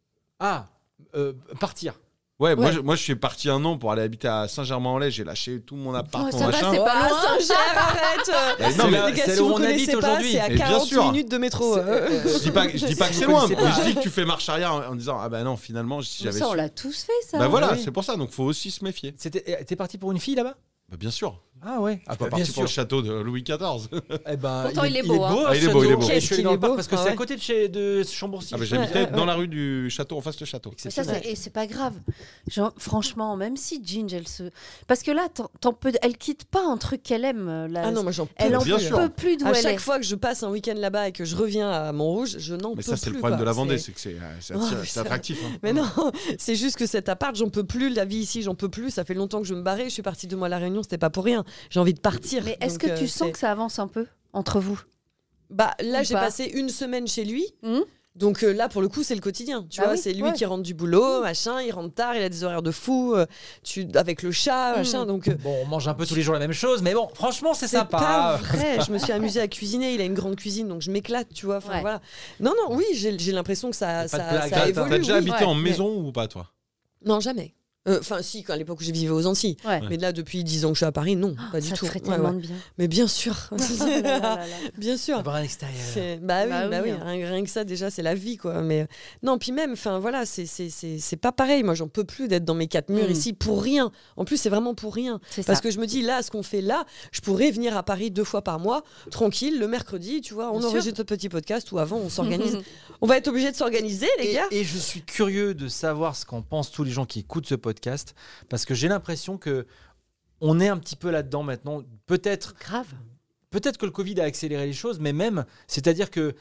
Ah, partir. Ouais, Ouais. moi je suis parti 1 an pour aller habiter à Saint-Germain-en-Laye. J'ai lâché tout mon appart, Oh, mon ça va, machin. c'est pas loin. Saint-Ger, arrête Non, C'est mais là- les gars, c'est si là où vous on connaissez habite pas, aujourd'hui. c'est à Et bien 40 sûr. minutes de métro. Je dis pas que Vous c'est loin, connaissez mais pas. je dis que tu fais marche arrière en disant ah bah non, finalement, si Mais j'avais ça, on su. l'a tous fait, ça. Bah voilà, Oui. c'est pour ça, donc faut aussi se méfier. T'es parti pour une fille là-bas? Bah bien sûr. Ah ouais. Ah Pas bah, bien parti pour le sûr. château de Louis XIV. Eh ben, Pourtant, il est beau, hein. Ah, il est beau, il est beau. Je suis allé dans le Il est parc beau, parce que ah c'est à ouais. côté de Chambourcy. Ah bah j'habitais Ouais, dans ouais. la rue du château, en face de château. Mais ça, et c'est pas grave. Genre, franchement, même si Ginge, elle se. Parce que là, elle quitte pas un truc qu'elle aime. Là. Ah non, moi j'en peux Elle en Bien plus. sûr. peut plus d'où À elle chaque est. fois que je passe un week-end là-bas et que je reviens à Montrouge, je n'en peux Mais plus. ça, c'est le problème quoi. de la Vendée, C'est- c'est que c'est Oh, c'est c'est- attractif. hein. Mais non, c'est juste que cet appart, j'en peux plus. La vie ici, j'en peux plus. Ça fait longtemps que je me barrais. Je suis partie 2 mois à La Réunion, c'était pas pour rien. J'ai envie de partir. Mais est-ce Donc, que tu sens c'est- que ça avance un peu entre vous? Bah là, Ou j'ai pas passé 1 semaine chez lui. Hum Donc là, pour le coup, c'est le quotidien. Tu Ah vois, oui, c'est lui ouais. qui rentre du boulot, machin. Il rentre tard, il a des horaires de fou. Avec le chat, machin. Donc Bon, on mange un peu tous les jours la même chose, mais bon, franchement, c'est c'est sympa. pas vrai. Je me suis amusée à cuisiner. Il a une grande cuisine, donc je m'éclate, tu vois. Enfin Ouais. voilà. Non, oui, j'ai l'impression que ça, Pas de ça, blague. ça T'as évolue. t'as déjà oui. habité Ouais, en mais- maison ou pas, toi? Non, jamais. Enfin, si, à l'époque où je vivais aux Antilles. Ouais. Mais là, depuis 10 ans que je suis à Paris, non, pas du Ça tout. te ferait Ouais, tellement ouais. de bien. Mais bien sûr. Oh là là là là. Bien sûr. Avoir un extérieur. Bah oui, Bah oui, hein. rien que ça déjà c'est la vie quoi. Mais non, puis même, enfin voilà, c'est pas pareil. Moi j'en peux plus d'être dans mes 4 murs ici pour rien. En plus c'est vraiment pour rien. C'est Parce ça. que je me dis là, ce qu'on fait là, je pourrais venir à Paris 2 fois par mois, tranquille, le mercredi, tu vois, on Bien enregistre notre petit podcast ou avant on s'organise. On va être obligé de s'organiser les gars. Et je suis curieux de savoir ce qu'en pensent tous les gens qui écoutent ce podcast, parce que j'ai l'impression que on est un petit peu là-dedans maintenant. Peut-être que le Covid a accéléré les choses, mais même, c'est-à-dire que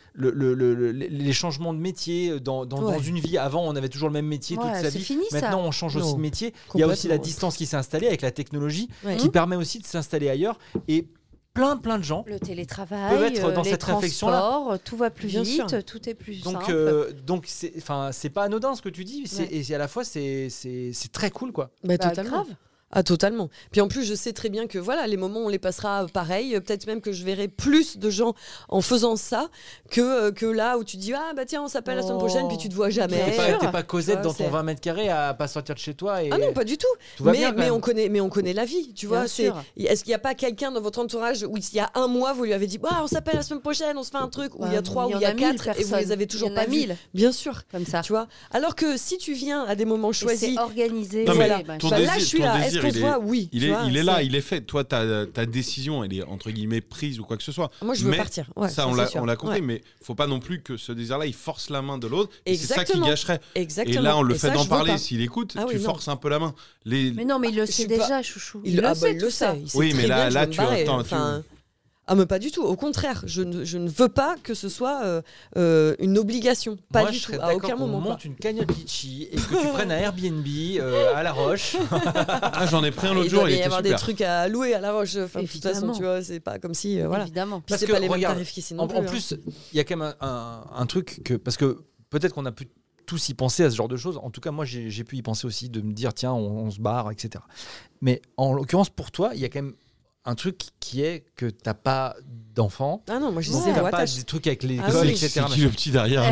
les changements de métier dans Ouais. une vie, avant on avait toujours le même métier toute Ouais, sa c'est vie, fini, ça. maintenant on change aussi Non, de métier. Il y a aussi la complètement. distance qui s'est installée avec la technologie, Ouais. qui permet aussi de s'installer ailleurs, et plein de gens. Le télétravail, Peuvent être dans les cette réflexion-là. transports, tout va plus Bien vite, sûr. tout est plus Donc, simple. c'est pas anodin ce que tu dis, Ouais. et à la fois c'est très cool quoi. Bah, Bah, totalement. grave. Ah totalement. Puis en plus je sais très bien que voilà les moments on les passera pareil. Peut-être même que je verrai plus de gens en faisant ça que là où tu dis ah bah tiens on s'appelle la semaine Oh. prochaine puis tu te vois jamais. T'es pas Cosette Tu vois, dans ton c'est- 20 mètres carrés à pas sortir de chez toi et Ah non pas du tout. tout va mais bien, quand mais même. on connaît la vie. Tu Bien vois c'est sûr. est-ce qu'il n'y a pas quelqu'un dans votre entourage où il y a 1 mois vous lui avez dit bah on s'appelle la semaine prochaine on se fait un truc ou il y a 3 ou il y a 4 et vous les avez toujours pas vus. 1000 Bien sûr. comme ça. Tu vois. Alors que si tu viens à des moments Et choisis. c'est organisé. Non, mais Voilà. bah, ton Bah, là désir- je suis ton là. Est-ce désir, qu'on il se est- voit Oui. Il tu est, vois, il est là, c'est- il est fait. Toi, ta décision, elle est entre guillemets prise ou quoi que ce soit. Moi je veux Mais partir. Ouais, ça, c'est sûr. on l'a compris, Ouais. mais faut pas non plus que ce désir-là, il force la main de l'autre. Et c'est ça qui Exactement. gâcherait. Exactement. Et là, on le Et fait ça, d'en je veux parler. pas. S'il écoute, Ah oui, tu non. forces un peu la main. Mais non, mais il le je sait suis pas- déjà, chouchou. Il le sait, tout ça. il sait Oui, très mais là- bien que là, je vais me tu- barrer. attends, Ah mais pas du tout, au contraire, je ne veux pas que ce soit une obligation, pas Moi, du je tout, serais à d'accord aucun qu'on moment. monte une cagnotte litchi et que tu prennes un Airbnb à La Roche. Ah, j'en ai pris un Il l'autre doit jour, il y était avoir des super. trucs à louer à La Roche, enfin, de toute façon, Évidemment. tu vois, c'est pas comme si, voilà. Évidemment. Puis Parce c'est que, pas les mêmes regarde, tarifs qu'ici En non plus. hein. plus, il y a quand même un truc que parce que peut-être qu'on a pu tous y penser à ce genre de choses. En tout cas, moi, j'ai pu y penser aussi, de me dire tiens, on se barre, etc. Mais en l'occurrence, pour toi, il y a quand même un truc qui est que t'as pas d'enfants. Ah non, moi je Donc, zéro t'as pas attache. des trucs avec l'école, Ah oui. etc. C'est qui machin. le petit derrière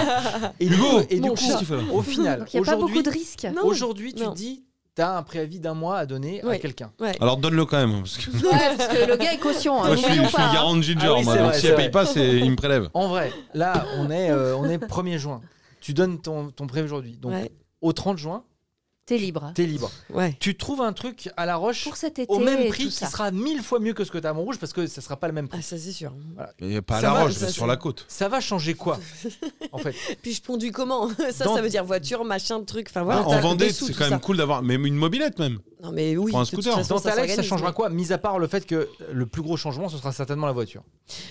Et du coup, Mon du chat. coup, au final, Donc il n'y a pas beaucoup aujourd'hui, de risques. Non. aujourd'hui, tu Non. te dis, t'as un préavis d'1 mois à donner à Ouais. quelqu'un. Ouais. Alors donne-le quand même. Parce que Ouais, parce que le gars est caution. moi, je suis n'oublions pas, le garant de Ginger, Ah oui, moi. c'est Donc vrai, si c'est elle vrai. paye pas, il me prélève. En vrai, là, on est 1er juin. Tu donnes ton préavis aujourd'hui. Donc, Ouais. au 30 juin, T'es libre. T'es libre. Ouais. Tu trouves un truc à La Roche Pour cet été. au même et prix tout qui ça. sera 1000 fois mieux que ce que tu as à Montrouge parce que ça sera pas le même prix. Ah, ça c'est sûr. Et pas à Ça La va, Roche, ça, mais sur c'est- la côte. Ça va changer quoi en fait? Puis je conduis comment? Ça, Dans- ça veut dire voiture, machin, truc. Enfin voilà. En t'as Vendée, des sous, c'est tout quand ça. même cool d'avoir même une mobilette même. Non mais oui. Prends un de toute scooter. façon, Dans ta life, ça s'organise, changera mais- quoi? Mis à part le fait que le plus gros changement, ce sera certainement la voiture.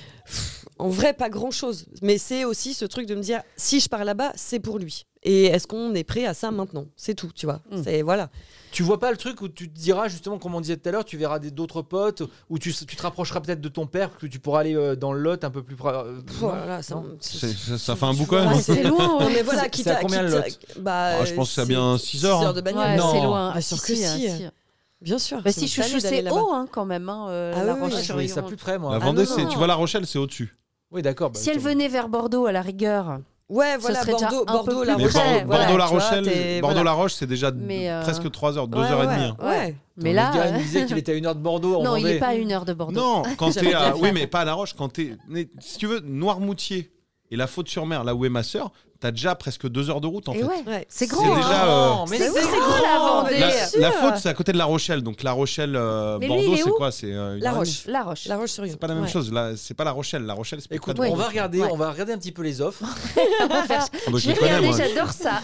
En vrai, pas grand chose. Mais c'est aussi ce truc de me dire, si je pars là-bas, c'est pour lui. Et est-ce qu'on est prêt à ça maintenant? C'est tout, tu vois. C'est voilà. Tu vois pas le truc où tu te diras justement, comme on disait tout à l'heure, tu verras d'autres potes, où tu te rapprocheras peut-être de ton père, que tu pourras aller dans le Lot un peu plus près. Voilà, ça, non. Ça fait un bout quand même. Ouais, c'est loin. Non hein. mais voilà, C'est quitte à à combien le quitte à- bah, Je pense que ça a c'est bien 6 heures. 6 heures de bagnole. Ouais, Non. c'est loin. Ah, sûr que si. Bien sûr. Bah c'est si, une Chouchou, tannée d'aller c'est là-bas. haut hein, quand même. Hein, Ah la oui, Roche oui, Je sur voyais ça Yon. plus près, moi. La Ah, Vendée, non, c'est non. tu vois La Rochelle, c'est au-dessus. Oui, d'accord. bah, Si elle tu- venait vers Bordeaux, à la rigueur. Ouais, voilà, serait déjà Bordeaux, un peu Bordeaux, plus La Mais près, Rochelle. voilà, Bordeaux-La tu vois, Rochelle, t'es- Bordeaux-La Roche, c'est déjà Mais, presque 3 heures, 2 Ouais, heures et ouais, demie. hein. Ouais. Mais le là, gars, il me disait qu'il était à 1 heure de Bordeaux. En non, il Vendée. n'est pas à 1 heure de Bordeaux. Non, quand J'avais t'es à... bien fait. Oui, mais pas à La Roche. Quand t'es... Si tu veux, Noirmoutier et La Faute-sur-Mer, là où est ma sœur, t'as déjà presque 2 heures de route, en Et fait. ouais, Ouais. c'est C'est grand. déjà, hein. mais C'est c'est grand, la Vendée. La Faute, c'est à côté de La Rochelle. Donc La Rochelle, Mais lui, Bordeaux, il est c'est où quoi? C'est une La heure et Roche. La Roche. La Roche-sur-Yon. C'est pas la même Ouais. chose. Là, c'est pas La Rochelle. La Rochelle, c'est Écoute, près de on va Bordeaux. regarder, Ouais. on va regarder un petit peu les offres. Ah bah, Je je vais les connais, regarder, moi. j'adore ça.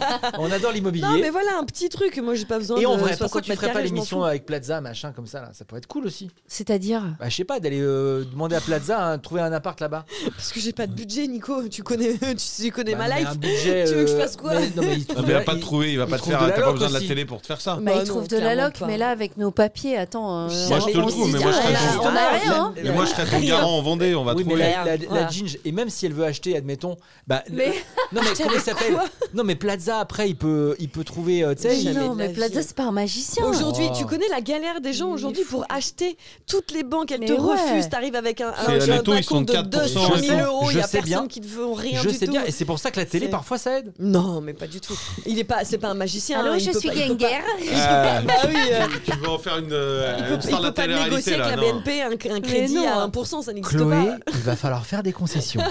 On adore l'immobilier. Non, mais voilà, un petit truc. Moi, j'ai pas besoin Et de en vrai, 60 pourquoi tu mètres ferais pas carrés, je m'en l'émission fous. avec Plaza, machin comme ça là? Ça pourrait être cool aussi. C'est-à-dire Bah, je sais pas, d'aller demander à Plaza de trouver un appart là-bas. Parce que j'ai pas de budget, Nico. Tu connais Bah, ma mais life. un budget, Tu veux que je fasse quoi mais- non, mais il Ah, trouve mais il va de pas la- te trouver, il va il pas te trouve faire. de la T'as pas loc besoin de la aussi. télé pour te faire ça. Bah, Bah il non, trouve de la clairement loc, pas. mais là, avec nos papiers, attends. Moi, je te le trouve, mais moi, je serais juste- On a rien, hein. Mais moi, je serais ton garant en Vendée, on va Oui, mais trouver. la Voilà. Ginge, et même si elle veut acheter, admettons, bah, Mais- non mais comment il s'appelle? Non mais Plaza après il peut trouver, tu sais, Mais il- jamais Non, de mais la Plaza, vie. c'est pas un magicien. Aujourd'hui, Oh. tu connais la galère des gens Mais aujourd'hui pour acheter toutes les banques, elles Mais te ouais. refusent. T'arrives avec un C'est- les un taux, ils sont compte de 4%, 200 je 000 sais- euros. Il y je a sais bien. personne qui te veut rien je du sais tout. bien, et c'est pour ça que la télé C'est- parfois ça aide. Non, mais pas du tout. C'est pas un magicien. Allô, hein, il je peut suis pas- il peut pas- Genger. Ah, Bah oui, tu veux en faire une il peut star de la pas télé-réalité négocier là, avec la non. BNP un crédit non. à 1%, ça n'existe Chloé, pas. il va falloir faire des concessions.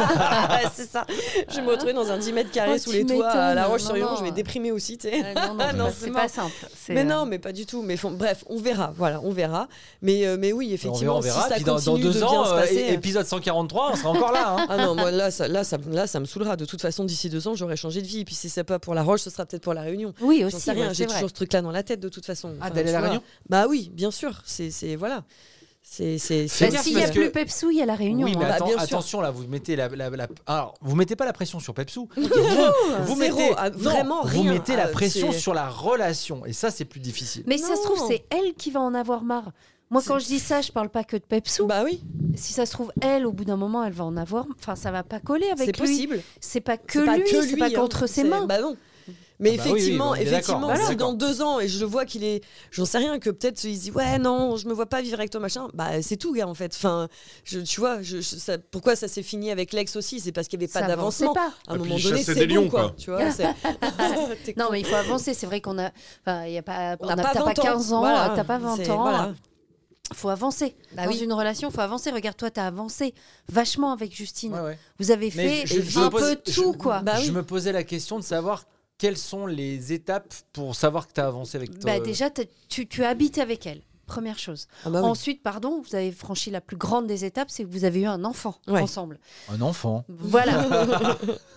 C'est ça. Je vais me retrouver dans un 10 mètres carrés Oh, sous tu les toits à La m'étonnes. Roche-sur-Yon. Non, Je vais non. déprimer aussi, tu sais. Non, non, Non, c'est mort. pas simple. C'est, Mais non, mais pas du tout. Mais bref, on verra. Voilà, on verra. Mais oui, effectivement, on verra. si ça Puis dans continue 2 de ans, bien se passer. épisode 143, on sera encore là. Hein. Ah non, moi là, ça me saoulera. De toute façon, d'ici 2 ans, j'aurai changé de vie. Et puis si c'est pas pour La Roche, ce sera peut-être pour La Réunion. Oui, J'en aussi, sais rien. ouais, J'ai c'est vrai. toujours ce truc-là dans la tête de toute façon. Ah, d'aller à La tu vois. Réunion. Bah oui, bien sûr. C'est voilà. C'est Fais gaffe, S'il n'y a parce plus que- Pepsou, il y a la Réunion. Oui, mais hein. Bah, bien sûr. attention là, vous mettez alors vous mettez pas la pression sur Pepsou. vous Zéro, mettez ah, vraiment vous rien. mettez la Ah, pression c'est- sur la relation et ça c'est plus difficile. Mais si ça se trouve, Non. c'est elle qui va en avoir marre. Moi, quand je dis ça, je parle pas que de Pepsou. Bah oui, Si ça se trouve, elle, au bout d'un moment, elle va en avoir. Enfin, ça va pas coller c'est avec lui. possible. C'est pas que C'est lui, c'est pas hein. contre ses C'est- mains. Bah non. Mais Ah bah oui, oui, effectivement, on est d'accord. effectivement, Voilà. si dans 2 ans et je le vois qu'il est, j'en sais rien, que peut-être il se dit ouais non, je me vois pas vivre avec toi machin. Bah c'est tout gars en fait. Enfin, tu vois, pourquoi ça s'est fini avec l'ex aussi, c'est parce qu'il y avait pas Ça avançait d'avancement. pas. À un Et puis, moment il donné, chassait c'est des bon lions, quoi. quoi. Tu vois, t'es Non, con. mais il faut avancer. C'est vrai qu'on a. Enfin, il y a pas. On n'a t'as pas pas 20 ans. 15 ans, Voilà. t'as pas 20 C'est- ans. voilà. Faut avancer. Bah Dans oui. une relation, faut avancer. Regarde, toi, t'as avancé vachement avec Justine. Ouais, ouais. Vous avez Mais fait je un me pose- peu tout, quoi. Bah oui. Je me posais la question de savoir quelles sont les étapes pour savoir que tu as avancé avec toi. Bah, déjà, tu habites avec elle. Première chose. Ah bah oui. Ensuite, pardon, vous avez franchi la plus grande des étapes, c'est que vous avez eu un enfant Ouais. ensemble. Un enfant. Voilà.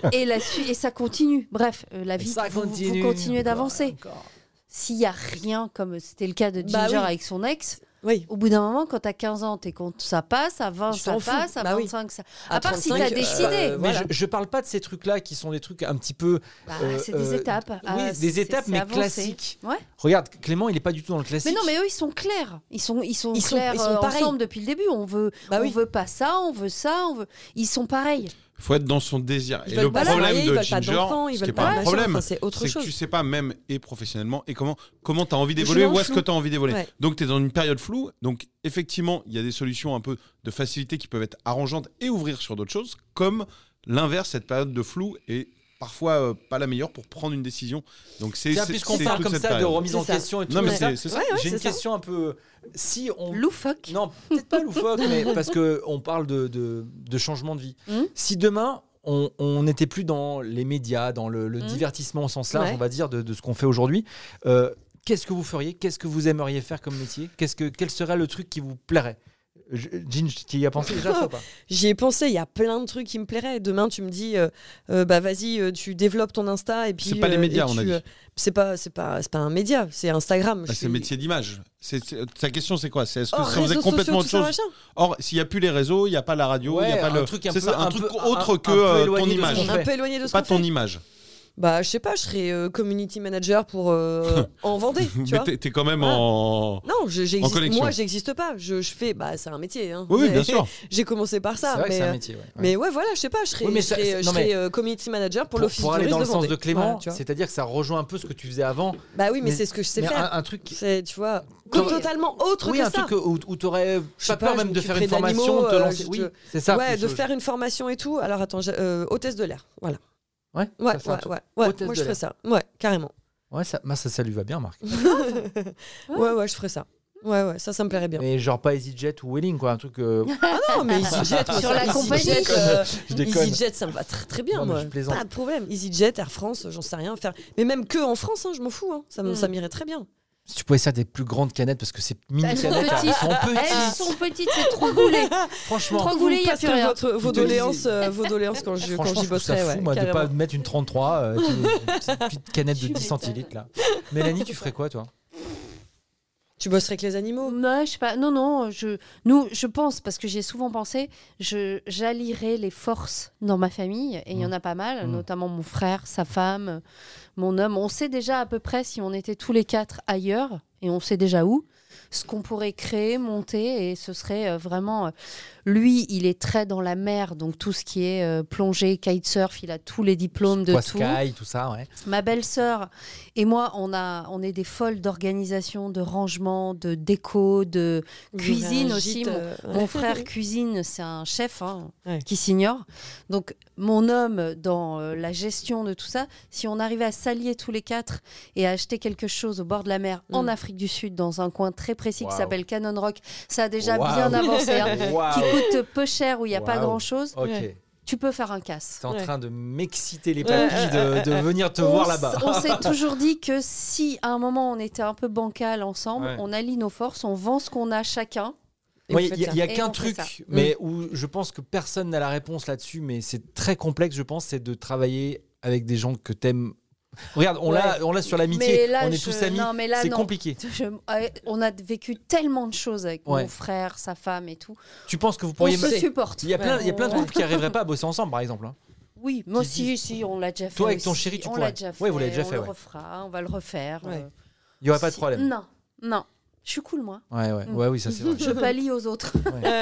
et ça continue. Bref, la vie, Ça vous continue. continuez d'avancer. Encore. S'il y a rien, comme c'était le cas de Ginger Bah oui. avec son ex, Oui. au bout d'un moment, quand t'as 15 ans, t'es content, ça passe, à 20, Tu ça t'en fous. passe, à Bah oui. 25, ça... À À part si 35, t'as décidé. Mais voilà. je parle pas de ces trucs-là qui sont des trucs un petit peu. Bah, c'est des étapes. Oui, Ah, des c'est- étapes, c'est mais avancé. classiques. Ouais. Regarde, Clément, il est pas du tout dans le classique. Mais non, mais eux, ils sont clairs. Ils sont Ils sont- clairs ils sont pareils. ensemble depuis le début. On veut, Bah on oui. veut pas ça, on veut ça, on veut. Ils sont pareils. Faut être dans son désir. Ils Et veulent le pas se problème marier, ils de veulent pas Ginger, d'enfants, ils ce qui veulent n'est pas pas un machin, problème, enfin, c'est autre c'est que chose. tu sais pas même et professionnellement et comment tu as envie d'évoluer, où est-ce que flou. tu as envie d'évoluer. Ouais. Donc tu es dans une période floue. Donc effectivement, il y a des solutions un peu de facilité qui peuvent être arrangeantes et ouvrir sur d'autres choses, comme l'inverse, cette période de flou est parfois pas la meilleure pour prendre une décision. Donc c'est Tiens, c'est- puisqu'on c'est parle toute comme cette ça de période. remise en C'est ça. question et tout Non, mais comme ça, c'est ça. Ouais, j'ai une c'est ça. question un peu. Si on. Loufoque. Non, peut-être pas loufoque, mais parce qu'on parle de changement de vie. Hmm. Si demain, on n'était plus dans les médias, dans le divertissement au sens large, Ouais. on va dire, de ce qu'on fait aujourd'hui. Qu'est-ce que vous feriez ? Qu'est-ce que vous aimeriez faire comme métier ? Quel serait le truc qui vous plairait ? Jean, tu y as pensé déjà ça ou pas ? J'y ai pensé, il y a plein de trucs qui me plairaient. Demain, tu me dis, vas-y, tu développes ton Insta et puis. C'est pas les médias, on a dit. C'est pas un média, c'est Instagram. C'est métier d'image. Ta question, c'est quoi ? C'est est-ce que ça réseaux faisait complètement autre sociaux, chose tout ça, Or, s'il n'y a plus les réseaux, il n'y a pas la radio, il Ouais, n'y a pas un truc un c'est peu- ça, un un truc peu- autre un que peu ton éloigné de ce image. qu'on fait. Un peu éloigné de ce Pas qu'on ton fait. image. Bah, je sais pas, je serais community manager pour en Vendée, tu Mais vois. t'es quand même Voilà. en. Non, j'existe. connexion. Moi, j'existe pas. Je fais. Bah, c'est un métier. Hein. Oui, Mais bien sûr. J'ai commencé par ça. C'est vrai que mais, c'est un métier. Ouais. mais ouais, voilà, je sais pas. Je serais, Oui, mais je ça- serais, c'est- je non, mais serais, community manager pour l'office pour du aller dans le tourisme sens Vendée. de Clément, Voilà, tu vois. c'est-à-dire que ça rejoint un peu ce que tu faisais avant. Bah oui, mais mais- c'est ce que je sais Mais faire. un truc. C'est, tu vois, T'aurais- totalement autre Oui, que un ça. truc où tu aurais Je sais pas peur pas, même je de faire une m'occuperais formation, d'animaux, de te lancer. je- Oui, c'est ça. Ouais, plus de chose. faire une formation et tout. Alors attends, hôtesse de l'air. Voilà. Ouais, Ouais, ça, c'est un ouais, truc. ouais. Hôtesse Moi, de je ferais l'air. ça. Ouais, carrément. Ouais, ça lui va bien, Marc. Ouais, je ferais ça. Ouais, ça me plairait bien. Mais genre pas EasyJet ou Welling, quoi, un truc. Ah non, mais EasyJet, moi, Sur ça, la compagnie. Je déconne. EasyJet, ça me va très très bien, Non, mais moi. je plaisante. Pas de problème. EasyJet, Air France, j'en sais rien. Mais même que en France, hein, je m'en fous. Hein. Ça m'irait très bien. Si tu pouvais faire des plus grandes canettes, parce que ces mini Elles sont canettes, elles petites. sont Elles petites. sont petites, c'est trop goulé. Franchement, Trop goulé, il n'y a Parce plus rien. que vos te doléances quand franchement, j'y je trouve ça bosserai. fou, Ouais, moi, de carrément. pas mettre une 33, une petite canette de 10 centilitres, là. Mélanie, tu ferais quoi, toi ? Tu bosserais avec les animaux. Non, je sais pas. Non, je pense, parce que j'ai souvent pensé, j'allierais les forces dans ma famille, et il y en a pas mal, notamment mon frère, sa femme, mon homme. On sait déjà à peu près si on était tous les quatre ailleurs, et on sait déjà où, ce qu'on pourrait créer, monter, et ce serait vraiment... lui, il est très dans la mer, donc tout ce qui est plongée, kitesurf, il a tous les diplômes de tout. Sky, tout ça, ouais. Ma belle-sœur et moi, on est des folles d'organisation, de rangement, de déco, de cuisine Un aussi. gîte, Mon frère cuisine, c'est un chef Ouais. qui s'ignore. Donc, mon homme, dans la gestion de tout ça, si on arrivait à s'allier tous les quatre et à acheter quelque chose au bord de la mer en Afrique du Sud, dans un coin très précis qui Waouh. s'appelle Cannon Rock, ça a déjà Waouh. bien avancé, hein, Waouh. qui coûte peu cher, où il n'y a pas Waouh. grand-chose, Ok. Ouais. tu peux faire un casse. T'es en Ouais. train de m'exciter les papilles de venir te voir là-bas. On s'est toujours dit que si à un moment on était un peu bancal ensemble, Ouais. on allie nos forces, on vend ce qu'on a chacun. Et Moi, vous il faites y a, ça. y a Et qu'un on fait truc, ça. mais où je pense que personne n'a la réponse là-dessus, mais c'est très complexe, je pense, c'est de travailler avec des gens que t'aimes. Regarde, on l'a sur l'amitié, Mais là, on est tous amis, non, mais là, c'est non. compliqué. On a vécu tellement de choses avec Ouais. mon frère, sa femme et tout. Tu penses que vous On pourriez... se supporte. Il y a plein de couples qui n'arriveraient pas à bosser ensemble, par exemple. hein. Oui, moi Qui aussi, si, on l'a déjà fait. Toi, avec ton aussi. chéri, tu on pourrais. l'a déjà fait. Ouais, vous l'avez déjà fait, On ouais. le refera, on va le refaire. Ouais. Il n'y aurait pas de Si- problème. Non. Je suis cool, moi. Ouais, oui, ça c'est vrai. Je pallie aux autres.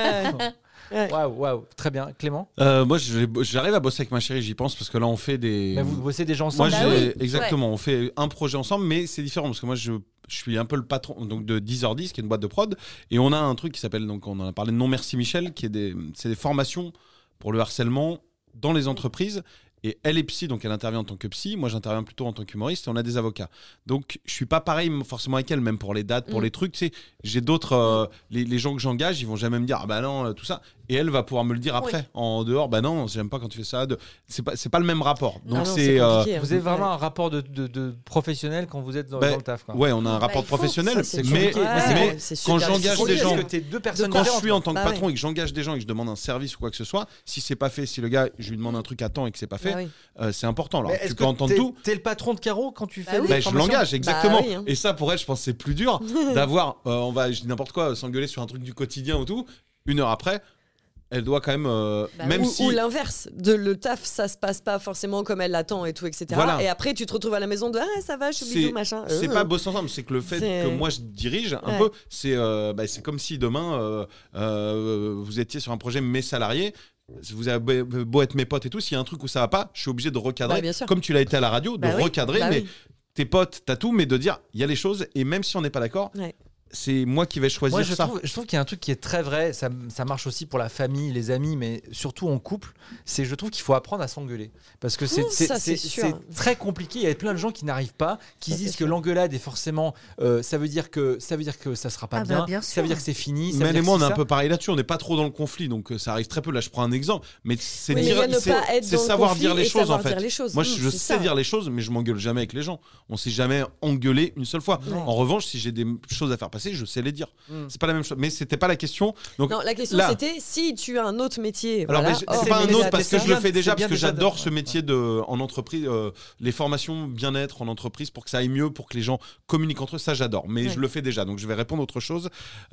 Waouh, très bien. Clément, Moi, j'arrive à bosser avec ma chérie, j'y pense, parce que là, on fait des. mais vous bossez déjà Moi, ensemble. Bah oui. exactement, on fait un projet ensemble, mais c'est différent parce que moi, je suis un peu le patron donc de 10h10, qui est une boîte de prod, et on a un truc qui s'appelle, donc on en a parlé de Non Merci Michel, c'est des formations pour le harcèlement dans les entreprises. Et elle est psy, donc elle intervient en tant que psy. Moi, j'interviens plutôt en tant qu'humoriste et on a des avocats. Donc, je suis pas pareil forcément avec elle, même pour les dates, pour les trucs. Tu sais, j'ai d'autres. Les gens que j'engage, ils vont jamais me dire ah bah non, tout ça. Et elle va pouvoir me le dire après, Oui. en dehors. Bah non, j'aime pas quand tu fais ça. C'est pas le même rapport. Donc, Ah non, c'est. compliqué, hein. Vous avez vraiment un rapport de professionnel quand vous êtes dans le taf. Quoi. Ouais, on a un rapport il faut, professionnel. ça, c'est mais compliqué. mais c'est quand super j'engage difficile. des gens. Parce que t'es deux personnes Quand je différentes. suis en tant que Bah patron oui. et que j'engage des gens et que je demande un service ou quoi que ce soit, si c'est pas fait, si le gars, je lui demande un truc à temps et que c'est pas fait, Bah oui. c'est important. Alors, Mais tu est-ce peux que entendre t'es- tout. T'es le patron de Caro quand tu fais oui. des Je formations l'engage, exactement. Bah oui, hein. Et ça, pour elle, je pense que c'est plus dur d'avoir, je dis n'importe quoi, s'engueuler sur un truc du quotidien ou tout. Une heure après, elle doit quand même, même si. Ou l'inverse, le taf, ça se passe pas forcément comme elle l'attend et tout, etc. Voilà. Et après, tu te retrouves à la maison de ah ça va, je suis bidou, machin. C'est pas bosser ensemble, c'est que le fait C'est- que moi je dirige un Ouais. peu, c'est comme si demain vous étiez sur un projet mes salariés. Vous avez beau être mes potes et tout, s'il y a un truc où ça va pas, je suis obligé de recadrer, Bah, bien sûr. comme tu l'as été à la radio, de Bah oui. recadrer, Bah mais oui. tes potes, t'as tout, mais de dire il y a les choses et même si on n'est pas d'accord, Ouais. c'est moi qui vais choisir Moi, ça. je trouve qu'il y a un truc qui est très vrai, ça marche aussi pour la famille, les amis, mais surtout en couple, c'est je trouve qu'il faut apprendre à s'engueuler. Parce que c'est très compliqué, il y a plein de gens qui n'arrivent pas, qui disent que l'engueulade est forcément, ça veut dire que ça sera pas bien, ça veut dire que c'est fini. Mais et moi, on est un peu pareil là-dessus, on n'est pas trop dans le conflit, donc ça arrive très peu. Là, je prends un exemple, mais c'est savoir dire les choses en fait. Moi, je sais dire les choses, mais je m'engueule jamais avec les gens. On s'est jamais engueulé une seule fois. En revanche, si j'ai des choses à faire passer, je sais les dire. C'est pas la même chose. Mais c'était pas la question. Donc, non, la question c'était si tu as un autre métier. Alors, voilà, c'est pas un autre parce que je le fais déjà, parce que j'adore ce métier en entreprise, les formations bien-être en entreprise pour que ça aille mieux, pour que les gens communiquent entre eux. Ça, j'adore. Mais je le fais déjà. Donc, je vais répondre à autre chose.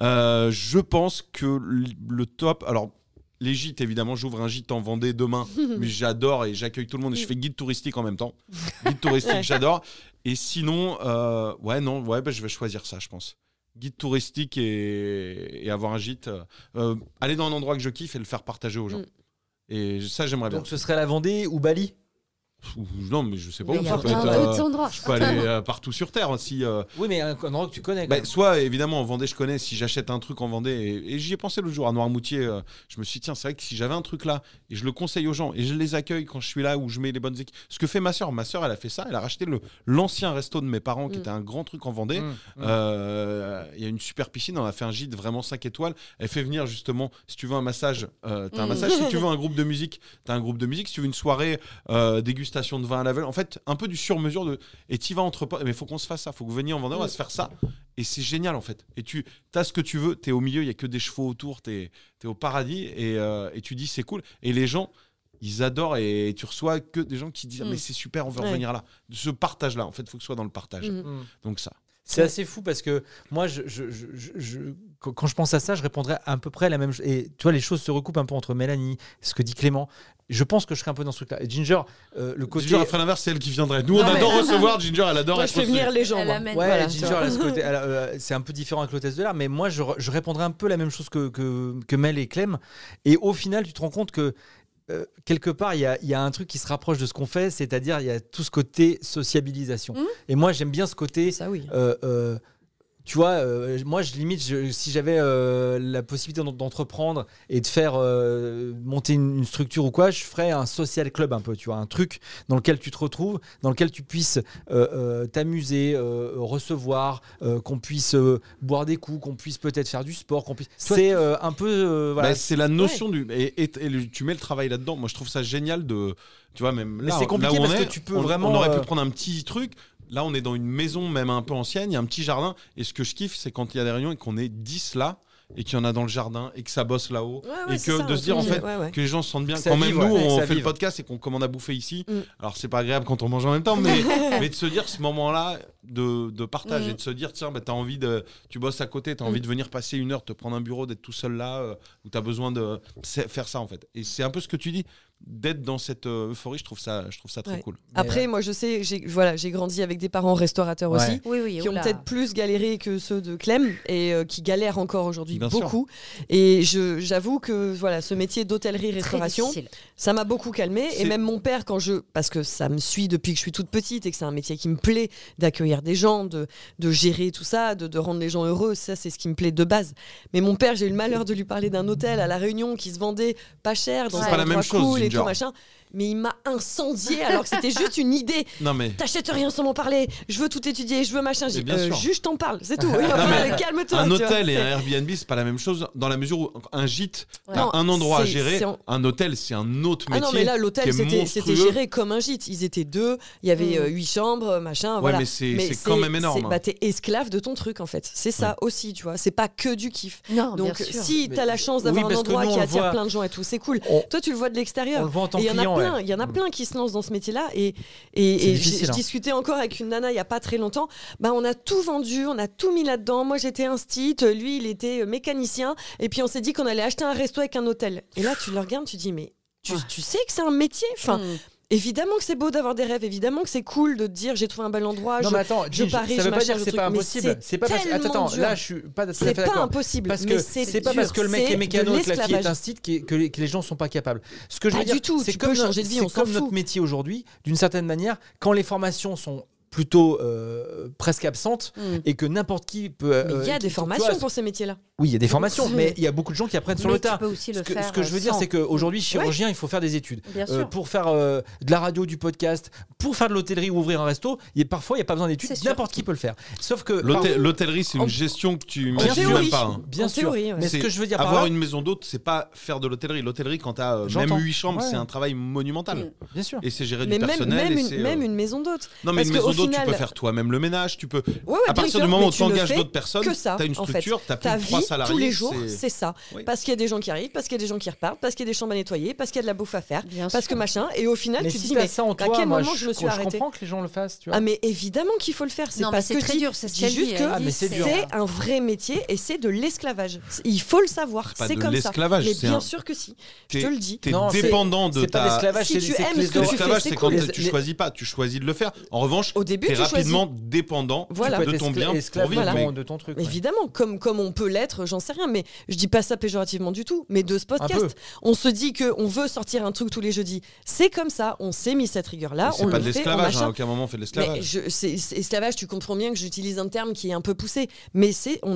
Je pense que le top. Alors, les gîtes, évidemment, j'ouvre un gîte en Vendée demain, mais j'adore et j'accueille tout le monde et je fais guide touristique en même temps. Guide touristique, j'adore. Et sinon, je vais choisir ça, je pense. Guide touristique et avoir un gîte. Aller dans un endroit que je kiffe et le faire partager aux gens. Et ça, j'aimerais bien. Donc, ce serait la Vendée ou Bali ? Non, mais je sais pas où ça peut être. Je peux aller partout sur Terre. Oui, mais un endroit que tu connais. Soit, évidemment, en Vendée, je connais. Si j'achète un truc en Vendée, et j'y ai pensé l'autre jour à Noirmoutier, je me suis dit, tiens, c'est vrai que si j'avais un truc là, et je le conseille aux gens, et je les accueille quand je suis là, où je mets les bonnes équipes. Ce que fait ma sœur, elle a fait ça. Elle a racheté l'ancien resto de mes parents, qui était un grand truc en Vendée. Il y a une super piscine. On a fait un gîte vraiment 5 étoiles. Elle fait venir, justement, si tu veux un massage, t'as un massage. Si tu veux un groupe de musique, t'as un groupe de musique. Si tu veux une soirée dégustation de vin à l'aveugle, en fait un peu du sur-mesure et t'y vas entre potes, mais faut qu'on se fasse ça, faut que vous veniez en Vendée, on va se faire ça, et c'est génial en fait, et tu as ce que tu veux, t'es au milieu, il y a que des chevaux autour, t'es au paradis, et tu dis c'est cool, et les gens ils adorent, et tu reçois que des gens qui disent mais c'est super, on veut revenir là, ce partage là, en fait faut que ce soit dans le partage. Donc ça c'est assez fou parce que moi, quand je pense à ça, je répondrais à peu près la même chose. Et tu vois, les choses se recoupent un peu entre Mélanie, ce que dit Clément. Je pense que je serais un peu dans ce truc-là. Et Ginger, le côté. Ginger, après l'inverse, c'est elle qui viendrait. Nous, on adore recevoir. Ginger, elle adore. Moi, je fais venir les gens. Ginger, elle a ce côté. C'est un peu différent avec l'hôtesse de l'air, mais moi, je répondrais un peu la même chose que Mel et Clem. Et au final, tu te rends compte que. Quelque part, il y a un truc qui se rapproche de ce qu'on fait, c'est-à-dire il y a tout ce côté sociabilisation. Et moi, j'aime bien ce côté. Ça, oui. Tu vois, moi, si j'avais la possibilité d'entreprendre et de faire monter une structure ou quoi, je ferais un social club un peu, tu vois, un truc dans lequel tu te retrouves, dans lequel tu puisses t'amuser, recevoir, qu'on puisse boire des coups, qu'on puisse peut-être faire du sport, qu'on puisse. C'est un peu. Voilà. C'est la notion du. Et tu mets le travail là-dedans. Moi, je trouve ça génial de. Tu vois, même là. Mais c'est compliqué parce que tu peux vraiment. On aurait pu prendre un petit truc. Là, on est dans une maison même un peu ancienne, il y a un petit jardin. Et ce que je kiffe, c'est quand il y a des réunions et qu'on est 10 là, et qu'il y en a dans le jardin, et que ça bosse là-haut. Et que ça, de se dire, en fait, que les gens se sentent bien. Quand même, nous, on fait le podcast et qu'on commande à bouffer ici. Alors, c'est pas agréable quand on mange en même temps, mais de se dire ce moment-là de partage et de se dire, tiens, t'as envie tu bosses à côté, t'as envie de venir passer une heure, te prendre un bureau, d'être tout seul là, où t'as besoin de faire ça, en fait. Et c'est un peu ce que tu dis. D'être dans cette euphorie, je trouve ça très cool. Après, moi, je sais, j'ai grandi avec des parents restaurateurs aussi, qui ont peut-être plus galéré que ceux de Clem et qui galèrent encore aujourd'hui beaucoup. Et j'avoue que ce métier d'hôtellerie-restauration, ça m'a beaucoup calmé. Et même mon père, parce que ça me suit depuis que je suis toute petite et que c'est un métier qui me plaît, d'accueillir des gens, de gérer tout ça, de rendre les gens heureux, ça c'est ce qui me plaît de base. Mais mon père, j'ai eu le malheur de lui parler d'un hôtel à La Réunion qui se vendait pas cher, dans un endroit cool et tout machin. Mais il m'a incendié alors que c'était juste une idée. Non mais t'achètes rien sans m'en parler. Je veux tout étudier, je veux machin. Juste t'en parle, c'est tout. Calme-toi. Un hôtel et un Airbnb, c'est pas la même chose dans la mesure où un gîte, t'as un endroit à gérer. Un hôtel, c'est un autre métier. Ah non mais là l'hôtel c'était géré comme un gîte. Ils étaient 2, il y avait 8 chambres, machin. Ouais, mais c'est quand même énorme. T'es esclave de ton truc en fait. C'est ça aussi, tu vois. C'est pas que du kiff. Non, donc si t'as la chance d'avoir un endroit qui attire plein de gens et tout, c'est cool. Toi tu le vois de l'extérieur. On le voit en tant que client. Il y en a plein qui se lancent dans ce métier-là et je discutais encore avec une nana il y a pas très longtemps. On a tout vendu, on a tout mis là-dedans. Moi j'étais instit, lui il était mécanicien et puis on s'est dit qu'on allait acheter un resto avec un hôtel. Et là tu le regardes, tu dis mais tu sais que c'est un métier. Enfin, évidemment que c'est beau d'avoir des rêves, évidemment que c'est cool de te dire j'ai trouvé un bel endroit. Non mais attends, je parie, ça je veut pas dire m'achète que c'est pas impossible. C'est pas attends, là je suis pas tout à fait d'accord. C'est pas impossible. Parce que c'est pas parce que le mec est mécano et que la fille est instit que les gens sont pas capables. Ce que je veux dire, c'est comme changer de vie, c'est comme notre métier aujourd'hui, d'une certaine manière, quand les formations sont plutôt presque absente et que n'importe qui peut. Mais il y a des formations pour ces métiers-là. Oui, il y a des formations, mais il y a beaucoup de gens qui apprennent sur le tas. Tu peux aussi le faire Ce que je veux dire, c'est qu'aujourd'hui, chirurgien, il faut faire des études. Bien sûr. Pour faire de la radio, du podcast, pour faire de l'hôtellerie ou ouvrir un resto, parfois, il n'y a pas besoin d'études. N'importe qui peut le faire. Sauf que. L'hôtellerie, c'est une gestion que tu imagines même pas. Hein. Bien sûr. Théorie, ouais. Mais ce que je veux dire avoir une maison d'hôte, c'est pas faire de l'hôtellerie. L'hôtellerie, quand tu as même 8 chambres, c'est un travail monumental. Bien sûr. Et c'est gérer du personnel. Même une maison d'hôte. Non, mais une maison d'hôte, tu peux faire toi-même le ménage. Tu peux. À partir du moment où tu engages d'autres personnes, tu as une structure, tu as plus de 3 salariés. Tous les jours, c'est ça. Parce qu'il y a des gens qui arrivent, parce qu'il y a des gens qui repartent, parce qu'il y a des chambres à nettoyer, parce qu'il y a de la bouffe à faire, parce que machin. Et au final, tu te dis, mais à quel moment je me suis arrêtée ? Je comprends que les gens le fassent. Tu vois. Ah, mais évidemment qu'il faut le faire. C'est pas c'est très dur. C'est juste que c'est un vrai métier et c'est de l'esclavage. Il faut le savoir. C'est comme ça. Mais bien sûr que si. Je te le dis. T'es dépendant de ta. L'esclavage, c'est quand tu choisis pas. Tu choisis de le faire. En revanche, t'es rapidement dépendant de ton bien pour vivre de ton truc. Évidemment, comme on peut l'être, j'en sais rien, mais je dis pas ça péjorativement du tout. Mais de ce podcast, on se dit qu'on veut sortir un truc tous les jeudis. C'est comme ça, on s'est mis cette rigueur-là. C'est pas de l'esclavage, à aucun moment on fait de l'esclavage. Esclavage, tu comprends bien que j'utilise un terme qui est un peu poussé, mais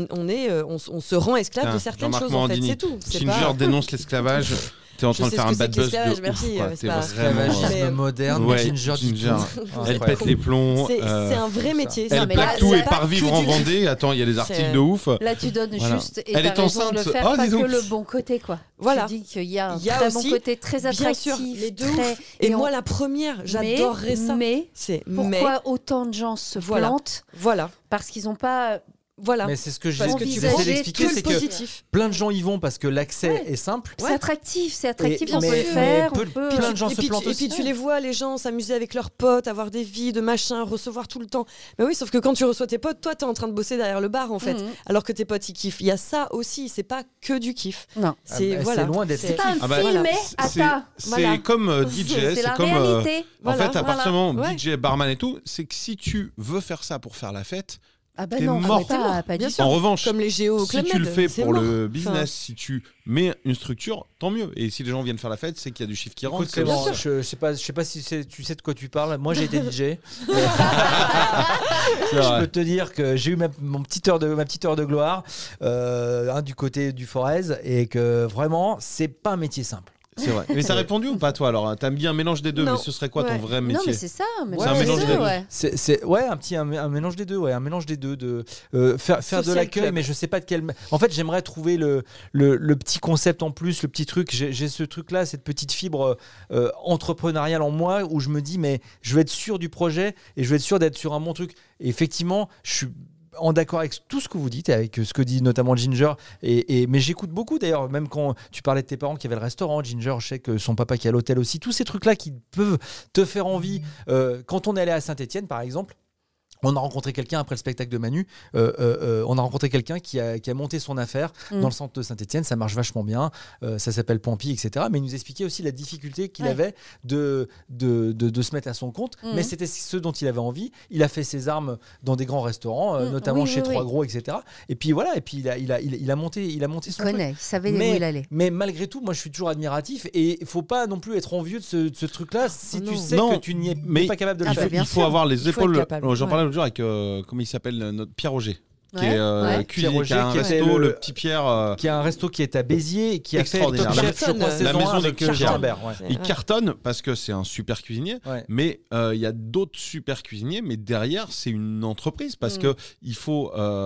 on se rend esclave de certaines choses. En fait, c'est tout. Ginger dénonce l'esclavage. T'es en train de faire un bad buzz de ouf, merci, t'es l'esclavagisme moderne, Ginger. Elle pète les plombs. C'est un vrai métier. Elle plaque tout et part vivre en Vendée. Attends, il y a des articles de ouf. Là, tu donnes juste et elle t'as est raison enceinte. de le faire, pas que le bon côté, quoi. Voilà. Tu dis qu'il y a un très bon côté, très attractif. Les deux. Et moi, la première, j'adorerais ça. Mais pourquoi autant de gens se plantent ? Voilà. Parce qu'ils n'ont pas... Voilà. Mais c'est ce que j'essaie d'expliquer, c'est que plein de gens y vont parce que l'accès est simple. C'est attractif, on peut le faire. Plein de gens se plantent aussi. Et puis tu les vois, les gens s'amuser avec leurs potes, avoir des vies, de machin, recevoir tout le temps. Mais oui, sauf que quand tu reçois tes potes, toi, t'es en train de bosser derrière le bar, en fait. Alors que tes potes, ils kiffent. Il y a ça aussi, c'est pas que du kiff. Non. C'est loin d'être c'est pas un film, mais c'est comme DJ, c'est comme... réalité. En fait, à partir du moment DJ, barman et tout, c'est que si tu veux faire ça pour faire la fête, t'es mort. Pas du tout. En revanche, comme les géos si tu le fais pour le business, si tu mets une structure, tant mieux. Et si les gens viennent faire la fête, c'est qu'il y a du chiffre qui rentre. Je sais pas si tu sais de quoi tu parles. Moi, j'ai été DJ. Je peux te dire que j'ai eu ma petite heure de gloire du côté du Forez et que vraiment, c'est pas un métier simple. C'est vrai. Mais t'as répondu ou pas, toi? Alors, t'as mis un mélange des deux, mais ce serait quoi ton vrai métier? Non, mais c'est ça. C'est un mélange des deux. C'est un mélange des deux. Ouais, un mélange des deux. De faire de l'accueil, mais je sais pas de quel. En fait, j'aimerais trouver le petit concept en plus, le petit truc. J'ai ce truc-là, cette petite fibre entrepreneuriale en moi où je me dis, mais je vais être sûr du projet et je vais être sûr d'être sur un bon truc. Et effectivement, je suis en d'accord avec tout ce que vous dites, avec ce que dit notamment Ginger, mais j'écoute beaucoup d'ailleurs, même quand tu parlais de tes parents qui avaient le restaurant, Ginger, je sais que son papa qui a l'hôtel aussi, tous ces trucs là qui peuvent te faire envie. Quand on est allé à Saint-Étienne par exemple, on a rencontré quelqu'un après le spectacle de Manu. On a rencontré quelqu'un qui a monté son affaire dans le centre de Saint-Étienne. Ça marche vachement bien. Ça s'appelle Pampi, etc. Mais il nous expliquait aussi la difficulté qu'il avait de se mettre à son compte. Mais c'était ce dont il avait envie. Il a fait ses armes dans des grands restaurants, notamment chez Trois Gros, etc. Et puis voilà. Et puis il a monté son truc. Il savait où il allait. Mais malgré tout, moi, je suis toujours admiratif. Et il faut pas non plus être envieux de ce truc-là si tu sais que tu n'y es pas capable de le faire. Il faut avoir les épaules. J'en parlais l'autre jour avec comment il s'appelle, notre Pierre Roger. Qui est cuisinier, qui a un resto, le petit Pierre, qui a un resto qui est à Béziers et qui a fait Top Chef, je crois, la maison avec Pierre Gilbert. Il cartonne parce que c'est un super cuisinier, mais il y a d'autres super cuisiniers, mais derrière c'est une entreprise parce que il faut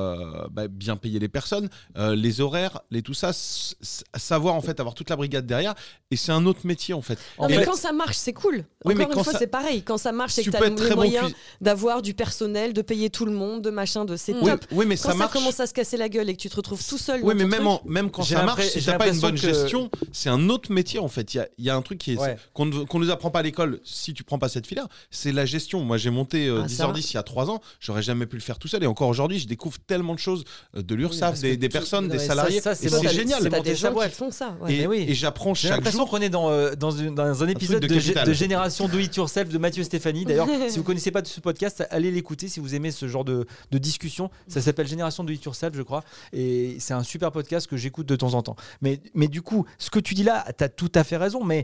bien payer les personnes, les horaires, tout ça, savoir en fait avoir toute la brigade derrière, et c'est un autre métier en fait. Mais quand ça marche, c'est cool. Encore une fois, c'est pareil. Quand ça marche, c'est que tu as les moyens d'avoir du personnel, de payer tout le monde, de machin, de c'est top. Mais quand ça commence à se casser la gueule et que tu te retrouves tout seul. Oui, mais même quand ça marche, si t'as pas une bonne gestion, c'est un autre métier en fait. Il y a un truc qu'on nous apprend pas à l'école si tu prends pas cette filière, c'est la gestion. Moi, j'ai monté 10h10 il y a 3 ans, j'aurais jamais pu le faire tout seul. Et encore aujourd'hui, je découvre tellement de choses de l'URSSAF, des personnes, des salariés. C'est génial. T'as des gens qui font ça. Et j'apprends chaque jour. J'ai l'impression qu'on est dans un épisode de Génération Do It Yourself de Mathieu Stéphanie. D'ailleurs, si vous connaissez pas ce podcast, allez l'écouter si vous aimez ce genre de discussion. Ça s'appelle Génération Do It Yourself, je crois, et c'est un super podcast que j'écoute de temps en temps. Mais du coup, ce que tu dis là, t'as tout à fait raison, mais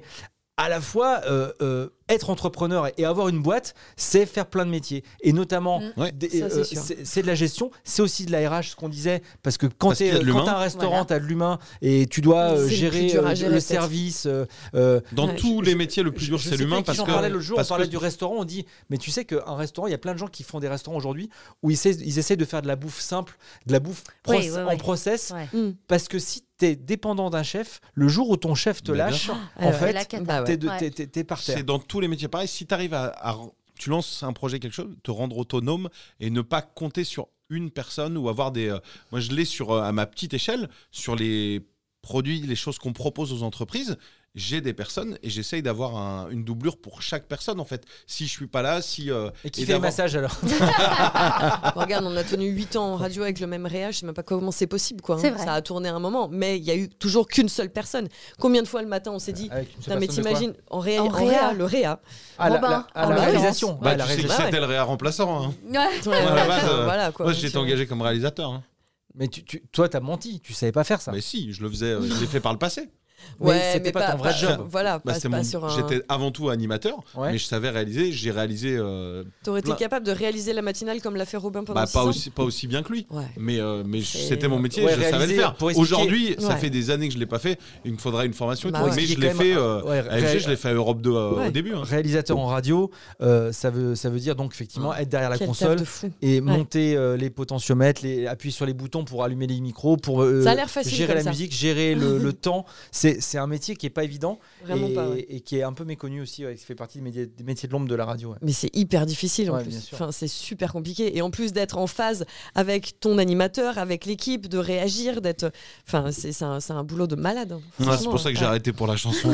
à la fois être entrepreneur et avoir une boîte, c'est faire plein de métiers. Et notamment, c'est de la gestion, c'est aussi de la RH, ce qu'on disait, parce que quand tu as un restaurant, tu as de l'humain et tu dois gérer le service. Dans tous les métiers, le plus dur, c'est l'humain. Parce que on parlait du restaurant, on dit, mais tu sais qu'un restaurant, il y a plein de gens qui font des restaurants aujourd'hui où ils essaient de faire de la bouffe simple, de la bouffe en process, parce que si t'es dépendant d'un chef, le jour où ton chef te lâche, en fait, t'es par terre. C'est dans tous les métiers pareil. Si t'arrives tu lances un projet, quelque chose, te rendre autonome et ne pas compter sur une personne ou avoir des... moi, je l'ai à ma petite échelle, sur les produits, les choses qu'on propose aux entreprises. J'ai des personnes et j'essaye d'avoir une doublure pour chaque personne, en fait. Si je suis pas là, et qui fait le massage, alors Regarde, on a tenu 8 ans en radio avec le même réa, je sais même pas comment c'est possible, quoi. C'est vrai. Ça a tourné un moment, mais il y a eu toujours qu'une seule personne. Combien de fois le matin on s'est dit, mais t'imagines, en réa, le réa. La réalisation. Tu sais que c'était le réa remplaçant. Hein. Voilà, quoi. Moi, j'ai été engagé comme réalisateur. Hein. Mais toi, t'as menti, tu savais pas faire ça. Mais si, je le faisais, je l'ai fait par le passé. Mais c'était pas ton vrai job. Voilà, J'étais avant tout animateur, mais je savais réaliser. J'ai réalisé. T'aurais été capable de réaliser la matinale comme l'a fait Robin pendant 6 ans. Pas aussi bien que lui. Ouais. Mais c'était mon métier, je savais le faire. Aujourd'hui, ça fait des années que je l'ai pas fait. Il me faudra une formation. Mais je l'ai fait. AFG, je l'ai fait à Europe 2 au début. Réalisateur en radio, ça veut dire donc effectivement être derrière la console et monter les potentiomètres, appuyer sur les boutons pour allumer les micros, pour gérer la musique, gérer le temps. C'est un métier qui n'est pas évident et qui est un peu méconnu aussi, qui fait partie des métiers de l'ombre de la radio. Ouais. Mais c'est hyper difficile en plus. Enfin, c'est super compliqué. Et en plus d'être en phase avec ton animateur, avec l'équipe, de réagir, d'être... Enfin, c'est un boulot de malade. Hein, c'est pour ça que j'ai arrêté pour la chanson.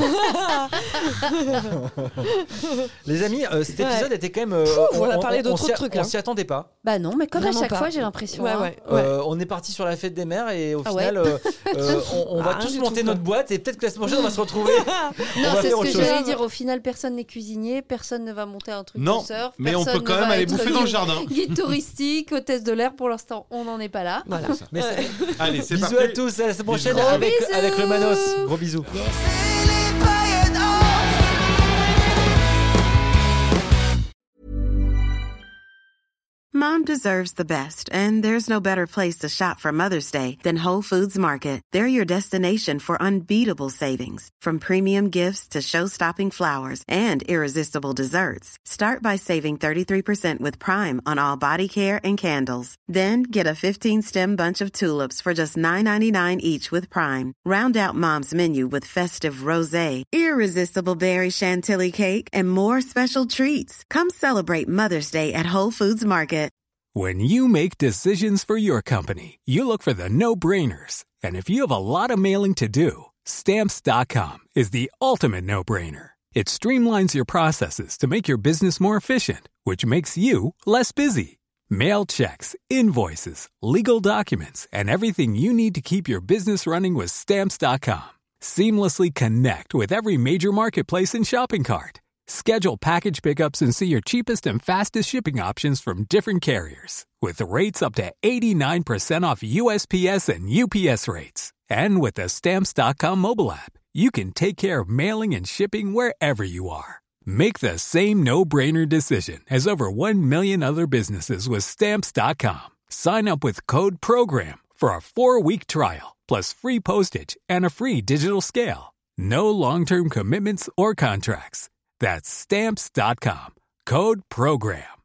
Les amis, cet épisode était quand même... on a parlé d'autres trucs. On s'y attendait pas. Bah non, mais comme à chaque fois, j'ai l'impression. On est parti sur la fête des mères et au final, on va tous monter notre boîte et peut-être que la semaine prochaine on va se retrouver. Non, c'est ce que j'allais dire. Au final, personne n'est cuisinier, personne ne va monter un truc de surf. Mais on peut quand même aller bouffer dans le jardin. Guide touristique, hôtesse de l'air, pour l'instant, on n'en est pas là. Voilà. Allez, c'est bisous à tous, à la semaine prochaine avec le Manos. Gros bisous. Mom deserves the best, and there's no better place to shop for Mother's Day than Whole Foods Market. They're your destination for unbeatable savings, from premium gifts to show-stopping flowers and irresistible desserts. Start by saving 33% with Prime on all body care and candles. Then get a 15-stem bunch of tulips for just $9.99 each with Prime. Round out Mom's menu with festive rosé, irresistible berry chantilly cake, and more special treats. Come celebrate Mother's Day at Whole Foods Market. When you make decisions for your company, you look for the no-brainers. And if you have a lot of mailing to do, Stamps.com is the ultimate no-brainer. It streamlines your processes to make your business more efficient, which makes you less busy. Mail checks, invoices, legal documents, and everything you need to keep your business running with Stamps.com. Seamlessly connect with every major marketplace and shopping cart. Schedule package pickups and see your cheapest and fastest shipping options from different carriers. With rates up to 89% off USPS and UPS rates. And with the Stamps.com mobile app, you can take care of mailing and shipping wherever you are. Make the same no-brainer decision as over 1 million other businesses with Stamps.com. Sign up with code PROGRAM for a 4-week trial, plus free postage and a free digital scale. No long-term commitments or contracts. That's Stamps.com. Code PROGRAM.